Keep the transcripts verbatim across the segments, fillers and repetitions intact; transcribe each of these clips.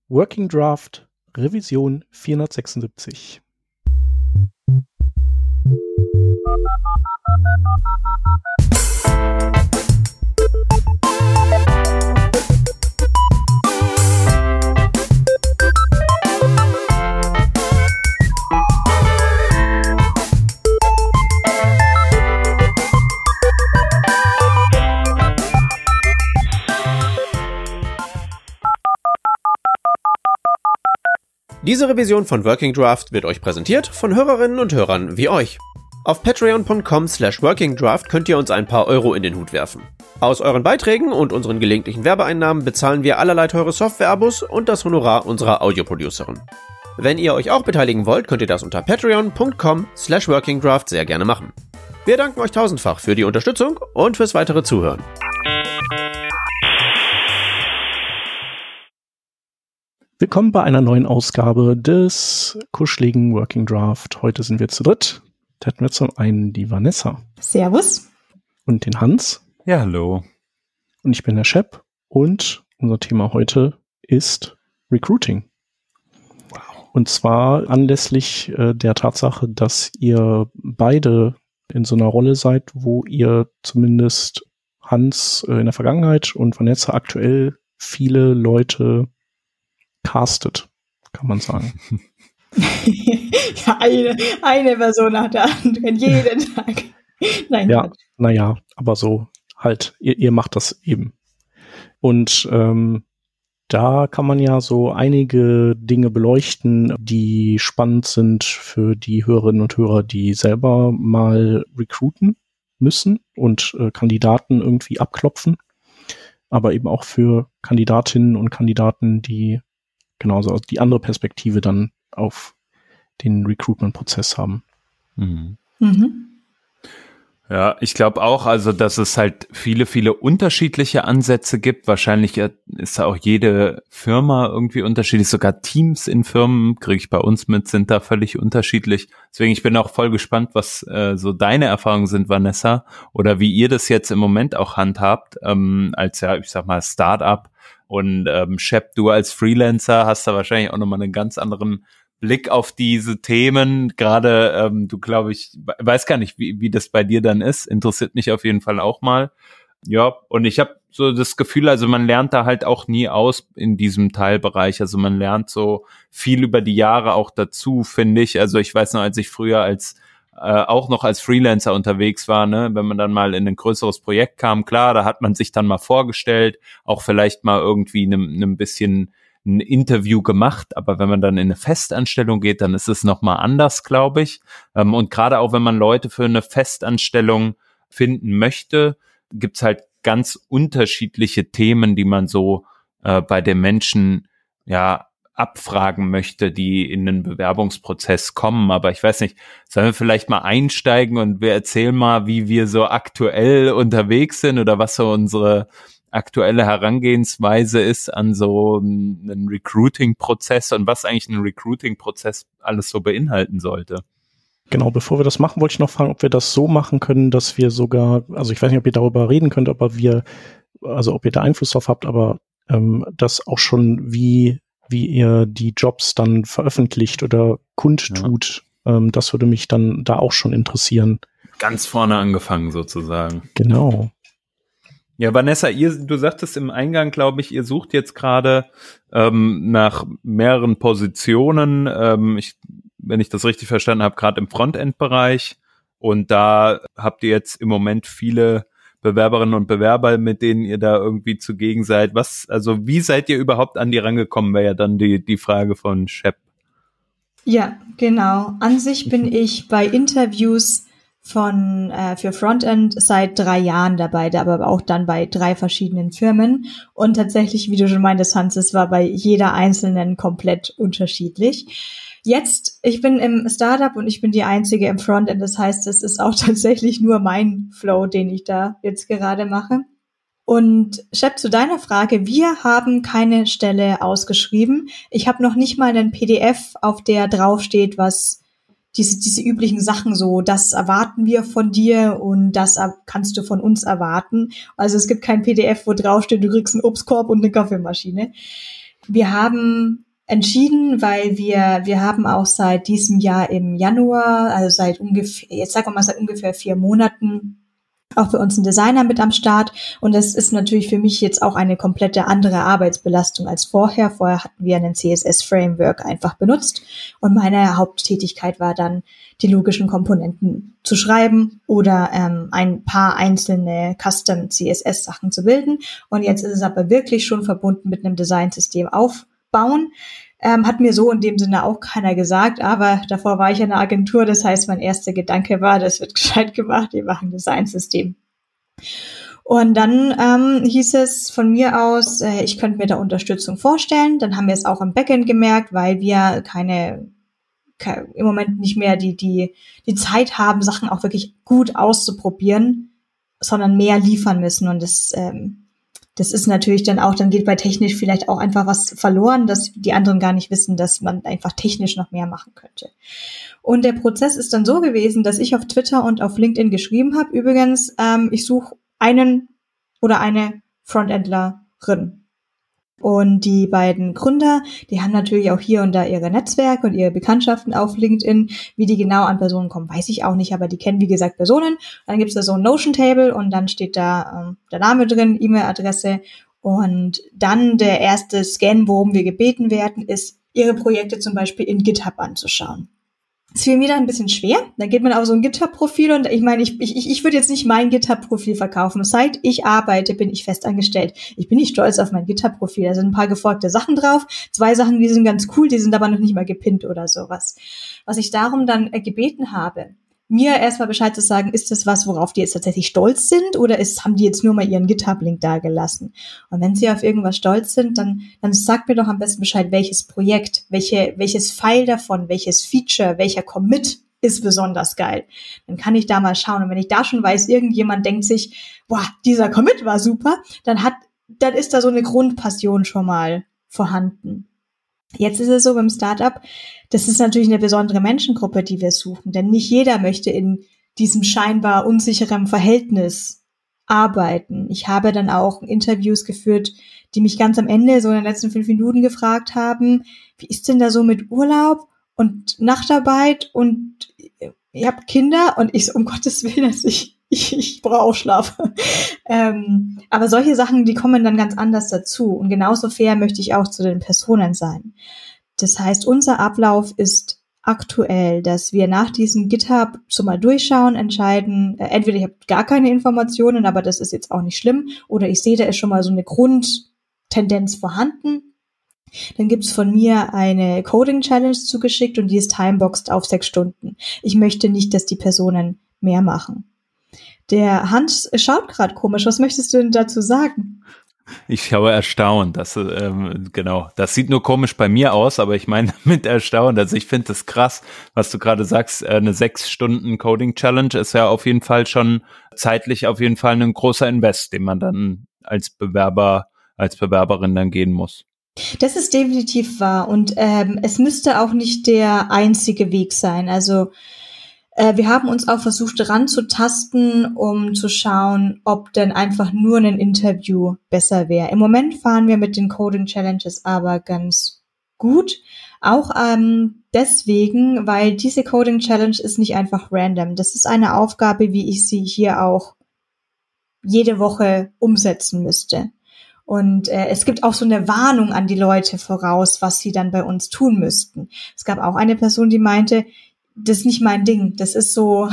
Working Draft Revision vierhundertsechsundsiebzig. Diese Revision von Working Draft wird euch präsentiert von Hörerinnen und Hörern wie euch. Auf patreon punkt com slash working draft könnt ihr uns ein paar Euro in den Hut werfen. Aus euren Beiträgen und unseren gelegentlichen Werbeeinnahmen bezahlen wir allerlei teure Software-Abos und das Honorar unserer Audioproducerin. Wenn ihr euch auch beteiligen wollt, könnt ihr das unter patreon punkt com slash working draft sehr gerne machen. Wir danken euch tausendfach für die Unterstützung und fürs weitere Zuhören. Willkommen bei einer neuen Ausgabe des kuscheligen Working Draft. Heute sind wir zu dritt. Da hätten wir zum einen die Vanessa. Servus. Und den Hans. Ja, hallo. Und ich bin der Shep. Und unser Thema heute ist Recruiting. Wow. Und zwar anlässlich äh, der Tatsache, dass ihr beide in so einer Rolle seid, wo ihr zumindest Hans äh, in der Vergangenheit und Vanessa aktuell viele Leute castet, kann man sagen. Ja, eine, eine Person nach der anderen, jeden Tag. Nein, ja, naja, aber so halt, ihr, ihr macht das eben. Und ähm, da kann man ja so einige Dinge beleuchten, die spannend sind für die Hörerinnen und Hörer, die selber mal recruiten müssen und äh, Kandidaten irgendwie abklopfen, aber eben auch für Kandidatinnen und Kandidaten, die genauso die andere Perspektive dann auf den Recruitment-Prozess haben. Mhm. Mhm. Ja, ich glaube auch, also dass es halt viele, viele unterschiedliche Ansätze gibt. Wahrscheinlich ist da auch jede Firma irgendwie unterschiedlich. Sogar Teams in Firmen, kriege ich bei uns mit, sind da völlig unterschiedlich. Deswegen, ich bin auch voll gespannt, was äh, so deine Erfahrungen sind, Vanessa, oder wie ihr das jetzt im Moment auch handhabt, ähm, als ja, ich sag mal, Start-up. Und ähm, Shep, du als Freelancer hast da wahrscheinlich auch nochmal einen ganz anderen Blick auf diese Themen. Gerade ähm, du, glaube ich, weiß gar nicht, wie, wie das bei dir dann ist. Interessiert mich auf jeden Fall auch mal. Ja, und ich habe so das Gefühl, also man lernt da halt auch nie aus in diesem Teilbereich. Also man lernt so viel über die Jahre auch dazu, finde ich. Also ich weiß noch, als ich früher als Äh, auch noch als Freelancer unterwegs war, ne, wenn man dann mal in ein größeres Projekt kam, klar, da hat man sich dann mal vorgestellt, auch vielleicht mal irgendwie einem einem bisschen ein Interview gemacht, aber wenn man dann in eine Festanstellung geht, dann ist es nochmal anders, glaube ich. Ähm, und gerade auch, wenn man Leute für eine Festanstellung finden möchte, gibt's halt ganz unterschiedliche Themen, die man so äh, bei den Menschen, ja, abfragen möchte, die in den Bewerbungsprozess kommen. Aber ich weiß nicht, sollen wir vielleicht mal einsteigen und wir erzählen mal, wie wir so aktuell unterwegs sind oder was so unsere aktuelle Herangehensweise ist an so einen Recruiting-Prozess und was eigentlich ein Recruiting-Prozess alles so beinhalten sollte. Genau, bevor wir das machen, wollte ich noch fragen, ob wir das so machen können, dass wir sogar, also ich weiß nicht, ob ihr darüber reden könnt, aber wir, also ob ihr da Einfluss drauf habt, aber ähm, das auch schon wie wie ihr die Jobs dann veröffentlicht oder kundtut. Ja. Ähm, das würde mich dann da auch schon interessieren. Ganz vorne angefangen sozusagen. Genau. Ja, Vanessa, ihr, du sagtest im Eingang, glaube ich, ihr sucht jetzt gerade ähm, nach mehreren Positionen. Ähm, ich, wenn ich das richtig verstanden habe, gerade im Frontend-Bereich. Und da habt ihr jetzt im Moment viele Bewerberinnen und Bewerber, mit denen ihr da irgendwie zugegen seid. Was, also wie seid ihr überhaupt an die rangekommen, wäre ja dann die, die Frage von Shep. Ja, genau. An sich bin ich bei Interviews von äh, für Frontend seit drei Jahren dabei, aber auch dann bei drei verschiedenen Firmen. Und tatsächlich, wie du schon meintest, Hans, es war bei jeder einzelnen komplett unterschiedlich. Jetzt, ich bin im Startup und ich bin die Einzige im Frontend. Das heißt, es ist auch tatsächlich nur mein Flow, den ich da jetzt gerade mache. Und Shep, zu deiner Frage, wir haben keine Stelle ausgeschrieben. Ich habe noch nicht mal einen P D F, auf der draufsteht, was diese diese üblichen Sachen so, das erwarten wir von dir und das kannst du von uns erwarten. Also es gibt kein P D F, wo draufsteht, du kriegst einen Obstkorb und eine Kaffeemaschine. wir haben entschieden, weil wir wir haben auch seit diesem Jahr im Januar, also seit ungefähr, jetzt sagen wir mal seit ungefähr vier Monaten, auch für uns ein Designer mit am Start. Und das ist natürlich für mich jetzt auch eine komplette andere Arbeitsbelastung als vorher. Vorher hatten wir einen C S S-Framework einfach benutzt. Und meine Haupttätigkeit war dann, die logischen Komponenten zu schreiben oder ähm, ein paar einzelne Custom-C S S-Sachen zu bilden. Und jetzt ist es aber wirklich schon verbunden mit einem Designsystem aufbauen. Ähm, hat mir so in dem Sinne auch keiner gesagt, aber davor war ich in einer Agentur, das heißt, mein erster Gedanke war, das wird gescheit gemacht, wir machen ein Designsystem. Und dann ähm, hieß es von mir aus, äh, ich könnte mir da Unterstützung vorstellen. Dann haben wir es auch im Backend gemerkt, weil wir keine, keine im Moment nicht mehr die die die Zeit haben, Sachen auch wirklich gut auszuprobieren, sondern mehr liefern müssen. Und das ähm, Das ist natürlich dann auch, dann geht bei technisch vielleicht auch einfach was verloren, dass die anderen gar nicht wissen, dass man einfach technisch noch mehr machen könnte. Und der Prozess ist dann so gewesen, dass ich auf Twitter und auf LinkedIn geschrieben habe, übrigens, ähm, ich suche einen oder eine Frontendlerin. Und die beiden Gründer, die haben natürlich auch hier und da ihre Netzwerke und ihre Bekanntschaften auf LinkedIn. Wie die genau an Personen kommen, weiß ich auch nicht, aber die kennen, wie gesagt, Personen. Dann gibt's da so ein Notion-Table und dann steht da ähm, der Name drin, E-Mail-Adresse. Und dann der erste Scan, worum wir gebeten werden, ist, ihre Projekte zum Beispiel in GitHub anzuschauen. Das fiel mir dann ein bisschen schwer. Dann geht man auf so ein GitHub-Profil und ich meine, ich, ich, ich würde jetzt nicht mein GitHub-Profil verkaufen. Seit ich arbeite, bin ich fest angestellt. Ich bin nicht stolz auf mein GitHub-Profil. Da sind ein paar gefolgte Sachen drauf. Zwei Sachen, die sind ganz cool, die sind aber noch nicht mal gepinnt oder sowas. Was ich darum dann äh, gebeten habe, mir erstmal Bescheid zu sagen, ist das was, worauf die jetzt tatsächlich stolz sind oder ist, haben die jetzt nur mal ihren GitHub-Link da gelassen? Und wenn sie auf irgendwas stolz sind, dann, dann sagt mir doch am besten Bescheid, welches Projekt, welche, welches File davon, welches Feature, welcher Commit ist besonders geil. Dann kann ich da mal schauen. Und wenn ich da schon weiß, irgendjemand denkt sich, boah, dieser Commit war super, dann hat, dann ist da so eine Grundpassion schon mal vorhanden. Jetzt ist es so beim Startup, das ist natürlich eine besondere Menschengruppe, die wir suchen, denn nicht jeder möchte in diesem scheinbar unsicheren Verhältnis arbeiten. Ich habe dann auch Interviews geführt, die mich ganz am Ende, so in den letzten fünf Minuten gefragt haben, wie ist denn da so mit Urlaub und Nachtarbeit und ihr habt Kinder? Und ich so, um Gottes Willen, dass ich, ich, ich brauche auch Schlaf. ähm, aber solche Sachen, die kommen dann ganz anders dazu. Und genauso fair möchte ich auch zu den Personen sein. Das heißt, unser Ablauf ist aktuell, dass wir nach diesem GitHub so mal durchschauen, entscheiden, äh, entweder ich habe gar keine Informationen, aber das ist jetzt auch nicht schlimm, oder ich sehe, da ist schon mal so eine Grundtendenz vorhanden. Dann gibt's von mir eine Coding-Challenge zugeschickt und die ist timeboxed auf sechs Stunden. Ich möchte nicht, dass die Personen mehr machen. Der Hans schaut gerade komisch. Was möchtest du denn dazu sagen? Ich schaue erstaunt. Das, ähm, genau, das sieht nur komisch bei mir aus, aber ich meine mit erstaunt. Also ich finde das krass, was du gerade sagst. Eine sechs Stunden Coding-Challenge ist ja auf jeden Fall schon zeitlich auf jeden Fall ein großer Invest, den man dann als Bewerber, als Bewerberin dann gehen muss. Das ist definitiv wahr und ähm, es müsste auch nicht der einzige Weg sein. Also äh, wir haben uns auch versucht ranzutasten, um zu schauen, ob denn einfach nur ein Interview besser wäre. Im Moment fahren wir mit den Coding Challenges aber ganz gut. Auch ähm, deswegen, weil diese Coding Challenge ist nicht einfach random. Das ist eine Aufgabe, wie ich sie hier auch jede Woche umsetzen müsste. Und äh, es gibt auch so eine Warnung an die Leute voraus, was sie dann bei uns tun müssten. Es gab auch eine Person, die meinte, das ist nicht mein Ding, das ist so,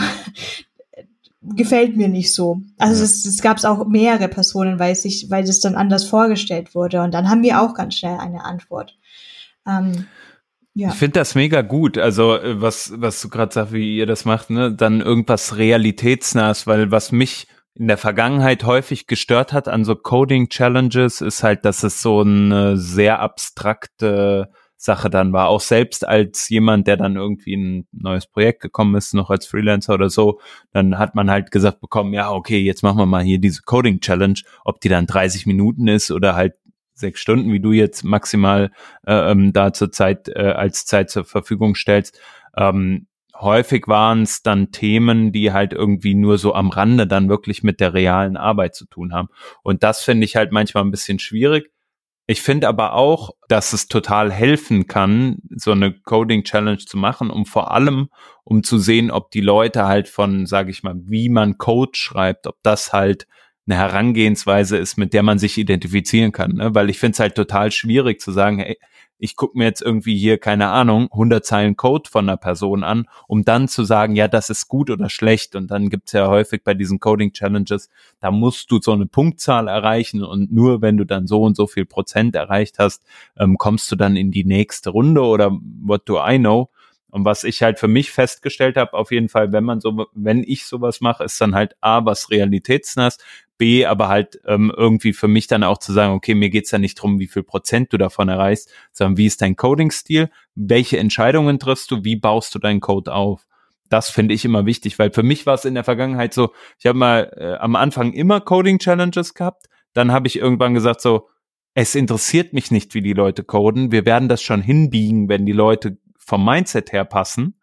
gefällt mir nicht so. Also es, es gab auch mehrere Personen, weil es sich, weil das dann anders vorgestellt wurde. Und dann haben wir auch ganz schnell eine Antwort. Ähm, ja. Ich finde das mega gut. Also was was du gerade sagst, wie ihr das macht, ne, dann irgendwas realitätsnahes, weil was mich in der Vergangenheit häufig gestört hat an so Coding-Challenges, ist halt, dass es so eine sehr abstrakte Sache dann war. Auch selbst als jemand, der dann irgendwie in ein neues Projekt gekommen ist, noch als Freelancer oder so, dann hat man halt gesagt bekommen, ja, okay, jetzt machen wir mal hier diese Coding-Challenge, ob die dann dreißig Minuten ist oder halt sechs Stunden, wie du jetzt maximal äh, ähm, da zur Zeit äh, als Zeit zur Verfügung stellst. Ähm, häufig waren es dann Themen, die halt irgendwie nur so am Rande dann wirklich mit der realen Arbeit zu tun haben. Und das finde ich halt manchmal ein bisschen schwierig. Ich finde aber auch, dass es total helfen kann, so eine Coding-Challenge zu machen, um vor allem, um zu sehen, ob die Leute halt von, sage ich mal, wie man Code schreibt, ob das halt eine Herangehensweise ist, mit der man sich identifizieren kann. Ne? Weil ich finde es halt total schwierig zu sagen, hey, ich gucke mir jetzt irgendwie hier, keine Ahnung, hundert Zeilen Code von einer Person an, um dann zu sagen, ja, das ist gut oder schlecht. Und dann gibt's ja häufig bei diesen Coding-Challenges, da musst du so eine Punktzahl erreichen und nur wenn du dann so und so viel Prozent erreicht hast, ähm, kommst du dann in die nächste Runde oder what do I know? Und was ich halt für mich festgestellt habe, auf jeden Fall, wenn man so, wenn ich sowas mache, ist dann halt A, was realitätsnah ist, B, aber halt ähm, irgendwie für mich dann auch zu sagen, okay, mir geht's ja nicht drum, wie viel Prozent du davon erreichst, sondern wie ist dein Coding-Stil, welche Entscheidungen triffst du, wie baust du deinen Code auf? Das finde ich immer wichtig, weil für mich war es in der Vergangenheit so, ich habe mal äh, am Anfang immer Coding-Challenges gehabt, dann habe ich irgendwann gesagt so, es interessiert mich nicht, wie die Leute coden, wir werden das schon hinbiegen, wenn die Leute vom Mindset her passen.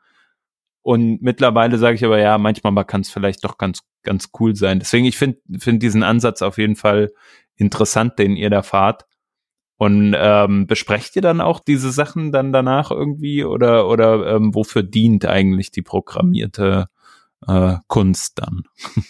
Und mittlerweile sage ich aber, ja, manchmal kann es vielleicht doch ganz ganz cool sein. Deswegen, ich finde finde diesen Ansatz auf jeden Fall interessant, den ihr da fahrt. Und ähm, besprecht ihr dann auch diese Sachen dann danach irgendwie oder oder ähm, wofür dient eigentlich die programmierte äh, Kunst dann?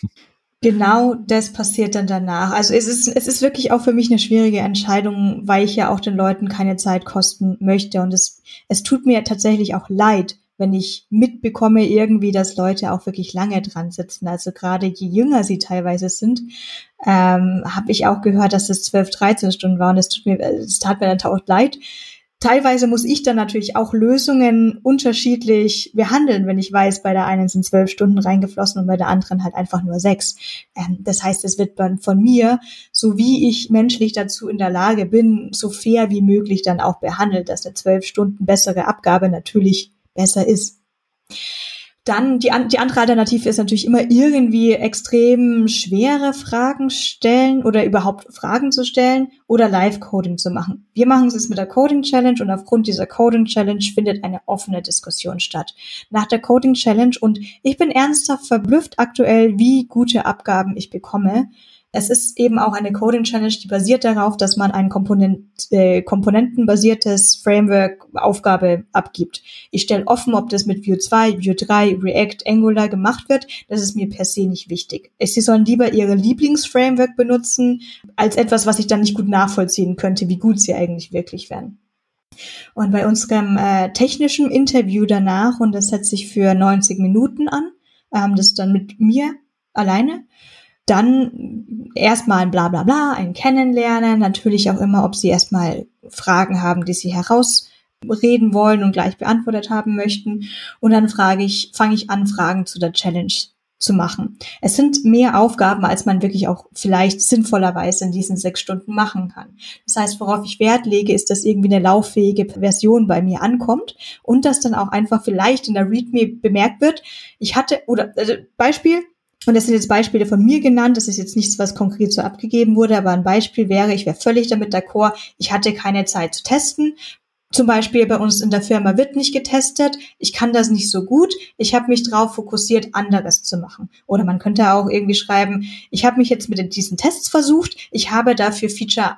Genau das passiert dann danach. Also es ist, es ist wirklich auch für mich eine schwierige Entscheidung, weil ich ja auch den Leuten keine Zeit kosten möchte. Und es, es tut mir tatsächlich auch leid, wenn ich mitbekomme irgendwie, dass Leute auch wirklich lange dran sitzen. Also gerade je jünger sie teilweise sind, ähm, habe ich auch gehört, dass es zwölf, dreizehn Stunden waren. Das tut mir, es tat mir dann auch leid. Teilweise muss ich dann natürlich auch Lösungen unterschiedlich behandeln, wenn ich weiß, bei der einen sind zwölf Stunden reingeflossen und bei der anderen halt einfach nur sechs. Ähm, das heißt, es wird dann von mir, so wie ich menschlich dazu in der Lage bin, so fair wie möglich dann auch behandelt, dass eine zwölf Stunden bessere Abgabe natürlich besser ist. Dann die, die andere Alternative ist natürlich immer irgendwie extrem schwere Fragen stellen oder überhaupt Fragen zu stellen oder Live-Coding zu machen. Wir machen es jetzt mit der Coding-Challenge und aufgrund dieser Coding-Challenge findet eine offene Diskussion statt. Nach der Coding-Challenge und ich bin ernsthaft verblüfft aktuell, wie gute Abgaben ich bekomme. Es ist eben auch eine Coding-Challenge, die basiert darauf, dass man ein Komponent, äh, komponentenbasiertes Framework-Aufgabe abgibt. Ich stelle offen, ob das mit Vue zwei, Vue drei, React, Angular gemacht wird. Das ist mir per se nicht wichtig. Sie sollen lieber ihre Lieblingsframework benutzen, als etwas, was ich dann nicht gut nachvollziehen könnte, wie gut sie eigentlich wirklich wären. Und bei unserem äh, technischen Interview danach, und das setzt sich für neunzig Minuten an, ähm, das dann mit mir alleine, dann erstmal ein Bla bla bla, ein Kennenlernen, natürlich auch immer, ob sie erstmal Fragen haben, die sie herausreden wollen und gleich beantwortet haben möchten. Und dann frage ich, fange ich an, Fragen zu der Challenge zu machen. Es sind mehr Aufgaben, als man wirklich auch vielleicht sinnvollerweise in diesen sechs Stunden machen kann. Das heißt, worauf ich Wert lege, ist, dass irgendwie eine lauffähige Version bei mir ankommt und dass dann auch einfach vielleicht in der README bemerkt wird, ich hatte, oder also Beispiel, und das sind jetzt Beispiele von mir genannt, das ist jetzt nichts, was konkret so abgegeben wurde, aber ein Beispiel wäre, ich wäre völlig damit d'accord, ich hatte keine Zeit zu testen. Zum Beispiel bei uns in der Firma wird nicht getestet, ich kann das nicht so gut, ich habe mich darauf fokussiert, anderes zu machen. Oder man könnte auch irgendwie schreiben, ich habe mich jetzt mit diesen Tests versucht, ich habe dafür Feature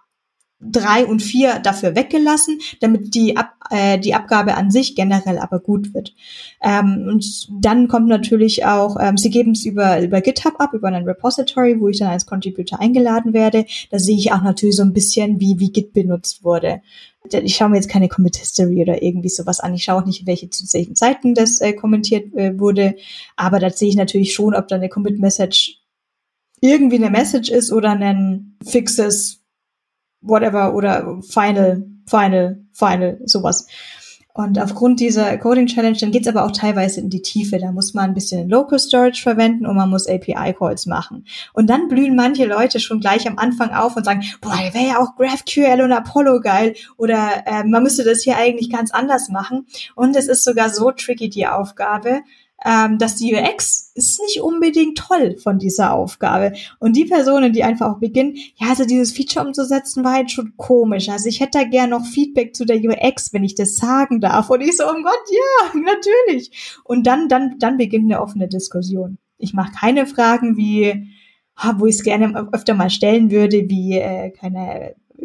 drei und vier dafür weggelassen, damit die Ab, äh, die Abgabe an sich generell aber gut wird. Ähm, und dann kommt natürlich auch, ähm, sie geben es über über GitHub ab, über ein Repository, wo ich dann als Contributor eingeladen werde. Da sehe ich auch natürlich so ein bisschen, wie wie Git benutzt wurde. Ich schaue mir jetzt keine Commit History oder irgendwie sowas an. Ich schaue auch nicht, welche zu welchen Zeiten das äh, kommentiert äh, wurde. Aber da sehe ich natürlich schon, ob da eine Commit Message irgendwie eine Message ist oder ein fixes whatever oder final, final, final, sowas. Und aufgrund dieser Coding Challenge, dann geht's aber auch teilweise in die Tiefe. Da muss man ein bisschen Local Storage verwenden und man muss A P I-Calls machen. Und dann blühen manche Leute schon gleich am Anfang auf und sagen, boah, wäre ja auch GraphQL und Apollo geil. Oder äh, man müsste das hier eigentlich ganz anders machen. Und es ist sogar so tricky, die Aufgabe, Ähm, dass die U X ist nicht unbedingt toll von dieser Aufgabe. Und die Personen, die einfach auch beginnen, ja, also dieses Feature umzusetzen, war jetzt schon komisch. Also ich hätte da gern noch Feedback zu der U X, wenn ich das sagen darf. Und ich so, oh Gott, ja, natürlich. Und dann, dann, dann beginnt eine offene Diskussion. Ich mache keine Fragen wie, wo ich es gerne öfter mal stellen würde, wie, äh, keine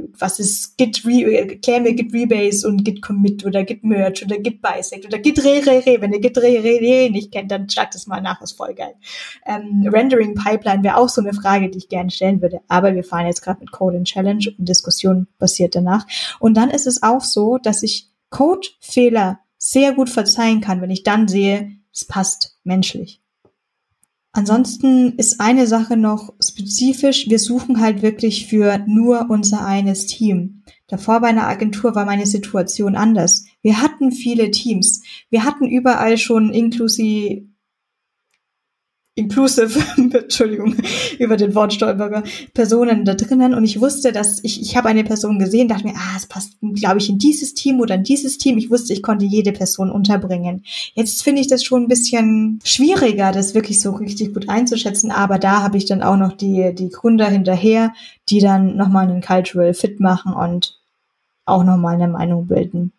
was ist Git Re, erklär mir Git Rebase und Git Commit oder Git Merge oder Git Bisect oder Git Re Re Re. Wenn ihr Git Re Re Re nicht kennt, dann schlagt es mal nach, ist voll geil. Ähm, Rendering Pipeline wäre auch so eine Frage, die ich gerne stellen würde. Aber wir fahren jetzt gerade mit Coding Challenge und Diskussion passiert danach. Und dann ist es auch so, dass ich Codefehler sehr gut verzeihen kann, wenn ich dann sehe, es passt menschlich. Ansonsten ist eine Sache noch spezifisch, wir suchen halt wirklich für nur unser eines Team. Davor bei einer Agentur war meine Situation anders. Wir hatten viele Teams. Wir hatten überall schon inklusive, inclusive, Entschuldigung, über den Wortstolperer, Personen da drinnen und ich wusste, dass ich, ich habe eine Person gesehen, dachte mir, ah, es passt, glaube ich, in dieses Team oder in dieses Team. Ich wusste, ich konnte jede Person unterbringen. Jetzt finde ich das schon ein bisschen schwieriger, das wirklich so richtig gut einzuschätzen, aber da habe ich dann auch noch die, die Gründer hinterher, die dann nochmal einen Cultural Fit machen und auch nochmal eine Meinung bilden.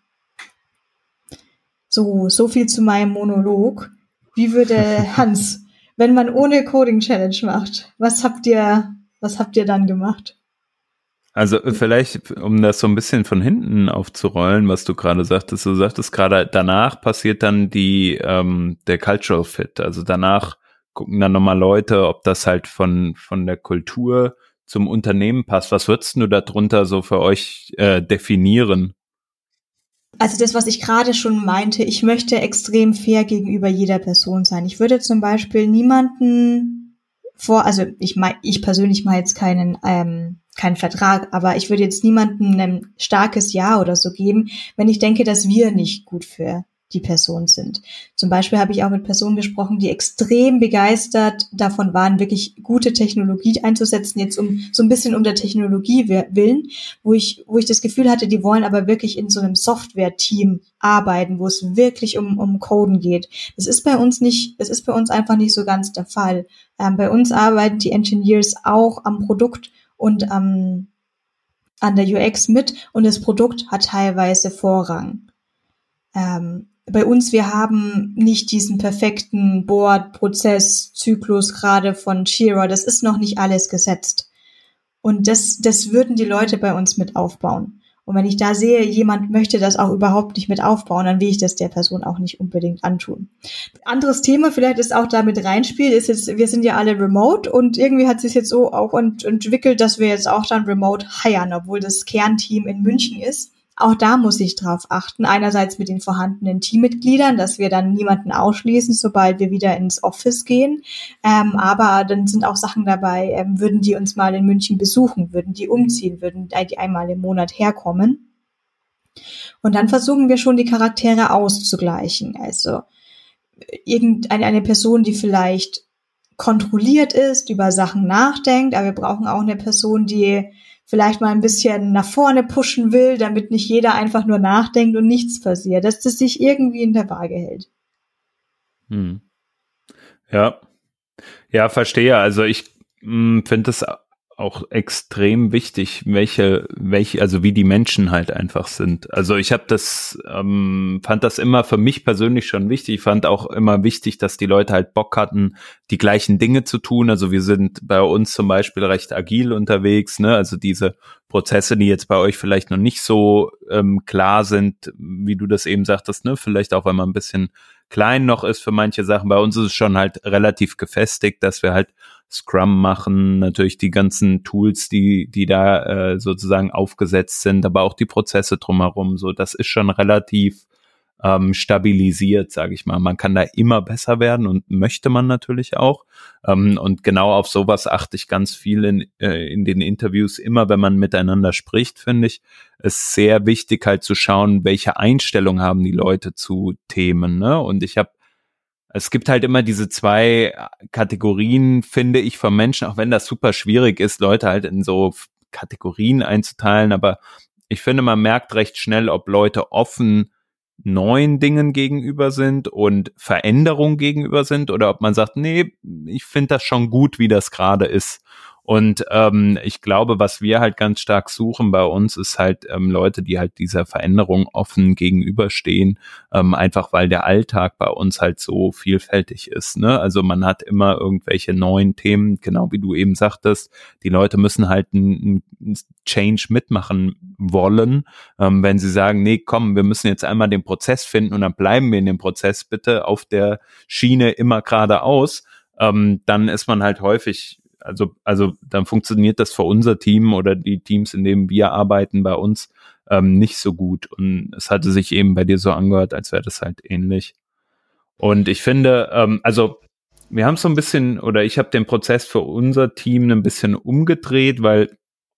So, so viel zu meinem Monolog. Wie würde Hans, wenn man ohne Coding Challenge macht, was habt ihr, was habt ihr dann gemacht? Also vielleicht, um das so ein bisschen von hinten aufzurollen, was du gerade sagtest, du sagtest gerade, danach passiert dann die ähm, der Cultural Fit. Also danach gucken dann nochmal Leute, ob das halt von von der Kultur zum Unternehmen passt. Was würdest du darunter so für euch äh, definieren? Also das, was ich gerade schon meinte, ich möchte extrem fair gegenüber jeder Person sein. Ich würde zum Beispiel niemanden vor, also ich mein, ich persönlich mache jetzt keinen ähm, keinen Vertrag, aber ich würde jetzt niemandem ein starkes Ja oder so geben, wenn ich denke, dass wir nicht gut für die Person sind. Zum Beispiel habe ich auch mit Personen gesprochen, die extrem begeistert davon waren, wirklich gute Technologie einzusetzen, jetzt um so ein bisschen um der Technologie willen, wo ich wo ich das Gefühl hatte, die wollen aber wirklich in so einem Software-Team arbeiten, wo es wirklich um um Coden geht. Das ist bei uns nicht, das ist bei uns einfach nicht so ganz der Fall. Ähm, bei uns arbeiten die Engineers auch am Produkt und ähm, an der U X mit und das Produkt hat teilweise Vorrang. Ähm, bei uns, wir haben nicht diesen perfekten Board-Prozess, Zyklus gerade von Jira, das ist noch nicht alles gesetzt. Und das, das würden die Leute bei uns mit aufbauen. Und wenn ich da sehe, jemand möchte das auch überhaupt nicht mit aufbauen, dann will ich das der Person auch nicht unbedingt antun. Anderes Thema, vielleicht ist auch da mit reinspielt, ist jetzt, wir sind ja alle remote und irgendwie hat sich jetzt so auch ent- entwickelt, dass wir jetzt auch dann remote hiren, obwohl das Kernteam in München ist. Auch da muss ich drauf achten. Einerseits mit den vorhandenen Teammitgliedern, dass wir dann niemanden ausschließen, sobald wir wieder ins Office gehen. Ähm, aber dann sind auch Sachen dabei, ähm, würden die uns mal in München besuchen, würden die umziehen, würden die einmal im Monat herkommen. Und dann versuchen wir schon, die Charaktere auszugleichen. Also irgendeine eine Person, die vielleicht kontrolliert ist, über Sachen nachdenkt, aber wir brauchen auch eine Person, die vielleicht mal ein bisschen nach vorne pushen will, damit nicht jeder einfach nur nachdenkt und nichts passiert, dass das sich irgendwie in der Waage hält. Hm. Ja, ja, verstehe. Also ich finde es auch extrem wichtig, welche, welche, also wie die Menschen halt einfach sind. Also ich habe das, ähm, fand das immer für mich persönlich schon wichtig. Ich fand auch immer wichtig, dass die Leute halt Bock hatten, die gleichen Dinge zu tun. Also wir sind bei uns zum Beispiel recht agil unterwegs, ne? Also diese Prozesse, die jetzt bei euch vielleicht noch nicht so ähm, klar sind, wie du das eben sagtest, ne? Vielleicht auch, weil man ein bisschen klein noch ist für manche Sachen. Bei uns ist es schon halt relativ gefestigt, dass wir halt Scrum machen, natürlich die ganzen Tools, die die da äh, sozusagen aufgesetzt sind, aber auch die Prozesse drumherum, so das ist schon relativ ähm, stabilisiert, sage ich mal. Man kann da immer besser werden und möchte man natürlich auch. Ähm, und genau auf sowas achte ich ganz viel in, äh, in den Interviews. Immer wenn man miteinander spricht, finde ich, ist sehr wichtig halt zu schauen, welche Einstellung haben die Leute zu Themen, ne? Und ich habe Es gibt halt immer diese zwei Kategorien, finde ich, von Menschen, auch wenn das super schwierig ist, Leute halt in so Kategorien einzuteilen, aber ich finde, man merkt recht schnell, ob Leute offen neuen Dingen gegenüber sind und Veränderung gegenüber sind oder ob man sagt, nee, ich finde das schon gut, wie das gerade ist. Und ähm, ich glaube, was wir halt ganz stark suchen bei uns, ist halt ähm, Leute, die halt dieser Veränderung offen gegenüberstehen, ähm, einfach weil der Alltag bei uns halt so vielfältig ist, ne? Also man hat immer irgendwelche neuen Themen, genau wie du eben sagtest, die Leute müssen halt einen Change mitmachen wollen, ähm, wenn sie sagen, nee, komm, wir müssen jetzt einmal den Prozess finden und dann bleiben wir in dem Prozess bitte auf der Schiene immer geradeaus, ähm, dann ist man halt häufig Also, also dann funktioniert das für unser Team oder die Teams, in denen wir arbeiten, bei uns ähm, nicht so gut. Und es hatte sich eben bei dir so angehört, als wäre das halt ähnlich. Und ich finde, ähm, also wir haben so ein bisschen, oder ich habe den Prozess für unser Team ein bisschen umgedreht, weil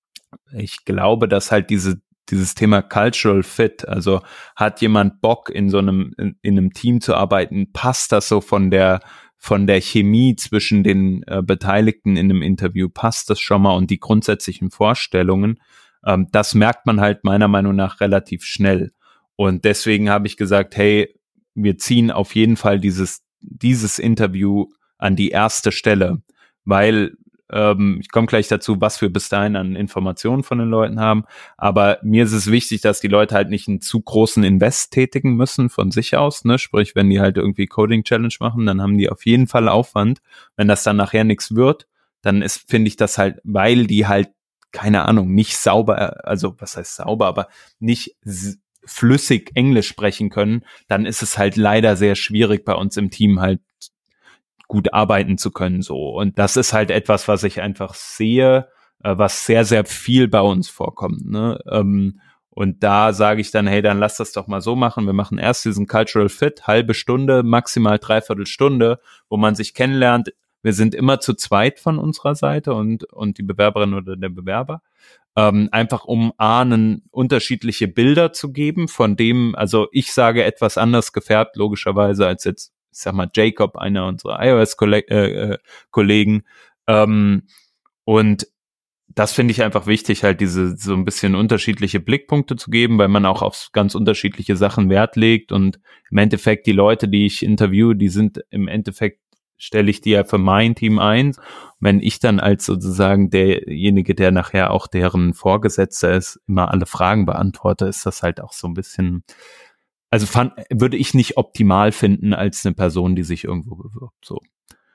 ich glaube, dass halt diese dieses Thema Cultural Fit, also hat jemand Bock, in so einem in, in einem Team zu arbeiten, passt das so von der von der Chemie zwischen den äh, Beteiligten in einem Interview, passt das schon mal und die grundsätzlichen Vorstellungen, ähm, das merkt man halt meiner Meinung nach relativ schnell. Und deswegen habe ich gesagt, hey, wir ziehen auf jeden Fall dieses, dieses Interview an die erste Stelle, weil ähm, ich komme gleich dazu, was wir bis dahin an Informationen von den Leuten haben, aber mir ist es wichtig, dass die Leute halt nicht einen zu großen Invest tätigen müssen von sich aus, ne? Sprich, wenn die halt irgendwie Coding-Challenge machen, dann haben die auf jeden Fall Aufwand. Wenn das dann nachher nichts wird, dann ist, finde ich das halt, weil die halt, keine Ahnung, nicht sauber, also was heißt sauber, aber nicht s- flüssig Englisch sprechen können, dann ist es halt leider sehr schwierig bei uns im Team halt gut arbeiten zu können, so. Und das ist halt etwas, was ich einfach sehe, äh, was sehr, sehr viel bei uns vorkommt, ne? Ähm, und da sage ich dann, hey, dann lass das doch mal so machen. Wir machen erst diesen Cultural Fit, halbe Stunde, maximal dreiviertel Stunde, wo man sich kennenlernt. Wir sind immer zu zweit von unserer Seite und, und die Bewerberin oder der Bewerber. Ähm, einfach um ahnen, unterschiedliche Bilder zu geben, von dem, also ich sage etwas anders gefärbt, logischerweise, als jetzt, ich sag mal, Jacob, einer unserer iOS-Kollegen. Ähm, und das finde ich einfach wichtig, halt diese so ein bisschen unterschiedliche Blickpunkte zu geben, weil man auch auf ganz unterschiedliche Sachen Wert legt. Und im Endeffekt die Leute, die ich interviewe, die sind im Endeffekt, stelle ich die ja für mein Team ein. Wenn ich dann als sozusagen derjenige, der nachher auch deren Vorgesetzter ist, immer alle Fragen beantworte, ist das halt auch so ein bisschen, also fand, würde ich nicht optimal finden als eine Person, die sich irgendwo bewirbt, so.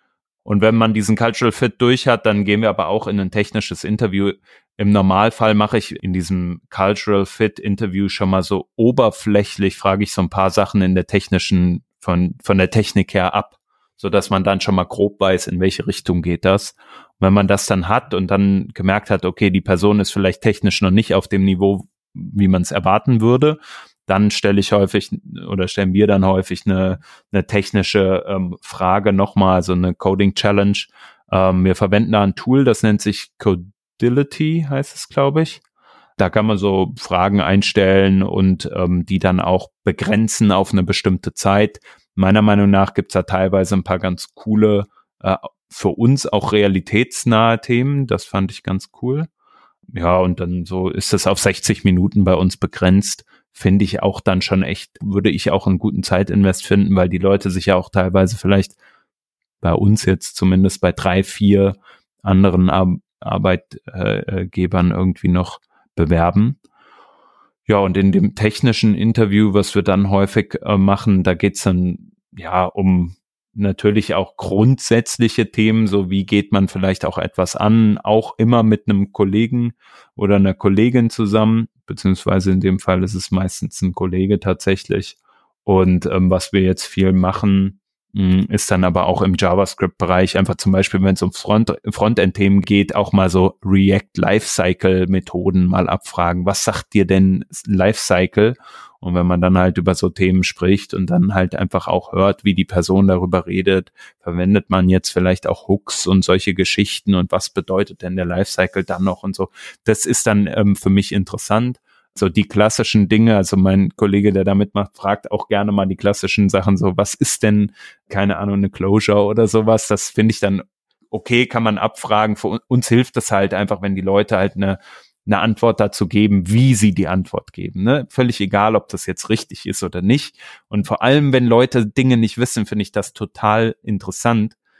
Und wenn man diesen Cultural Fit durch hat, dann gehen wir aber auch in ein technisches Interview. Im Normalfall mache ich in diesem Cultural Fit Interview schon mal so oberflächlich, frage ich so ein paar Sachen in der technischen, von, von der Technik her ab, so dass man dann schon mal grob weiß, in welche Richtung geht das. Und wenn man das dann hat und dann gemerkt hat, okay, die Person ist vielleicht technisch noch nicht auf dem Niveau, wie man es erwarten würde, dann stelle ich häufig oder stellen wir dann häufig eine, eine technische ähm, Frage nochmal, also eine Coding-Challenge. Ähm, wir verwenden da ein Tool, das nennt sich Codility, heißt es, glaube ich. Da kann man so Fragen einstellen und ähm, die dann auch begrenzen auf eine bestimmte Zeit. Meiner Meinung nach gibt's da teilweise ein paar ganz coole, äh, für uns auch realitätsnahe Themen. Das fand ich ganz cool. Ja, und dann so ist es auf sechzig Minuten bei uns begrenzt. Finde ich auch dann schon echt, würde ich auch einen guten Zeitinvest finden, weil die Leute sich ja auch teilweise vielleicht bei uns jetzt zumindest bei drei, vier anderen Ar- Arbeitgebern irgendwie noch bewerben. Ja, und in dem technischen Interview, was wir dann häufig äh, machen, da geht's dann ja um natürlich auch grundsätzliche Themen, so wie geht man vielleicht auch etwas an, auch immer mit einem Kollegen oder einer Kollegin zusammen, beziehungsweise in dem Fall ist es meistens ein Kollege tatsächlich. Und ähm, was wir jetzt viel machen, mh, ist dann aber auch im JavaScript-Bereich einfach zum Beispiel, wenn es um Front, Frontend-Themen geht, auch mal so React-Lifecycle-Methoden mal abfragen. Was sagt dir denn Lifecycle? Und wenn man dann halt über so Themen spricht und dann halt einfach auch hört, wie die Person darüber redet, verwendet man jetzt vielleicht auch Hooks und solche Geschichten und was bedeutet denn der Lifecycle dann noch und so. Das ist dann ähm, für mich interessant. So die klassischen Dinge, also mein Kollege, der da mitmacht, fragt auch gerne mal die klassischen Sachen so, was ist denn, keine Ahnung, eine Closure oder sowas. Das finde ich dann okay, kann man abfragen. Für uns hilft das halt einfach, wenn die Leute halt eine eine Antwort dazu geben, wie sie die Antwort geben. Ne? Völlig egal, ob das jetzt richtig ist oder nicht. Und vor allem, wenn Leute Dinge nicht wissen, finde ich das total interessant.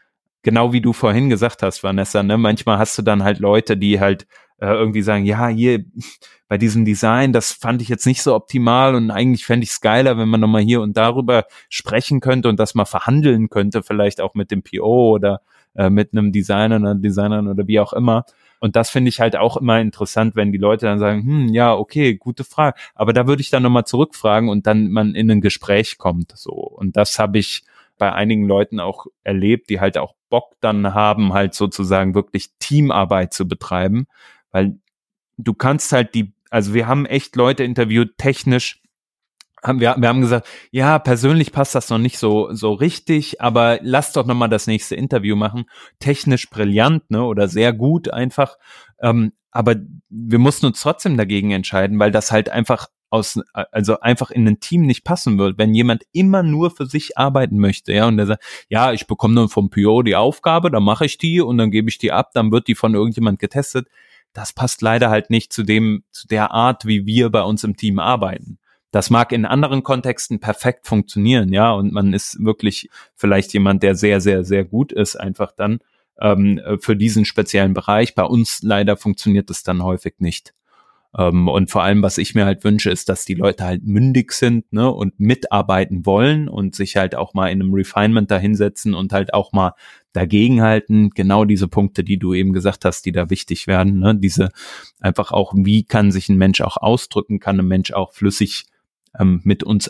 genau wie du vorhin gesagt hast, Vanessa, ne, manchmal hast du dann halt Leute, die halt äh, irgendwie sagen, ja, hier bei diesem Design, das fand ich jetzt nicht so optimal und eigentlich fände ich es geiler, wenn man nochmal hier und darüber sprechen könnte und das mal verhandeln könnte, vielleicht auch mit dem P O oder äh, mit einem Designer oder Designern oder wie auch immer. Und das finde ich halt auch immer interessant, wenn die Leute dann sagen, hm, ja, okay, gute Frage. Aber da würde ich dann nochmal zurückfragen und dann man in ein Gespräch kommt, so. Und das habe ich bei einigen Leuten auch erlebt, die halt auch Bock dann haben, halt sozusagen wirklich Teamarbeit zu betreiben, weil du kannst halt die, also wir haben echt Leute interviewt, technisch, haben wir, wir haben gesagt, ja, persönlich passt das noch nicht so so richtig, aber lass doch nochmal das nächste Interview machen. Technisch brillant, ne, oder sehr gut einfach, ähm, aber wir mussten uns trotzdem dagegen entscheiden, weil das halt einfach aus, also einfach in ein Team nicht passen wird, wenn jemand immer nur für sich arbeiten möchte, ja, und der sagt, ja, ich bekomme dann vom P O die Aufgabe, dann mache ich die und dann gebe ich die ab, dann wird die von irgendjemand getestet. Das passt leider halt nicht zu dem, zu der Art, wie wir bei uns im Team arbeiten. Das mag in anderen Kontexten perfekt funktionieren, ja, und man ist wirklich vielleicht jemand, der sehr, sehr, sehr gut ist, einfach dann ähm, für diesen speziellen Bereich. Bei uns leider funktioniert das dann häufig nicht. Ähm, und vor allem, was ich mir halt wünsche, ist, dass die Leute halt mündig sind, ne, und mitarbeiten wollen und sich halt auch mal in einem Refinement dahinsetzen und halt auch mal dagegenhalten. Genau diese Punkte, die du eben gesagt hast, die da wichtig werden, ne, diese einfach auch, wie kann sich ein Mensch auch ausdrücken, kann ein Mensch auch flüssig ähm, mit uns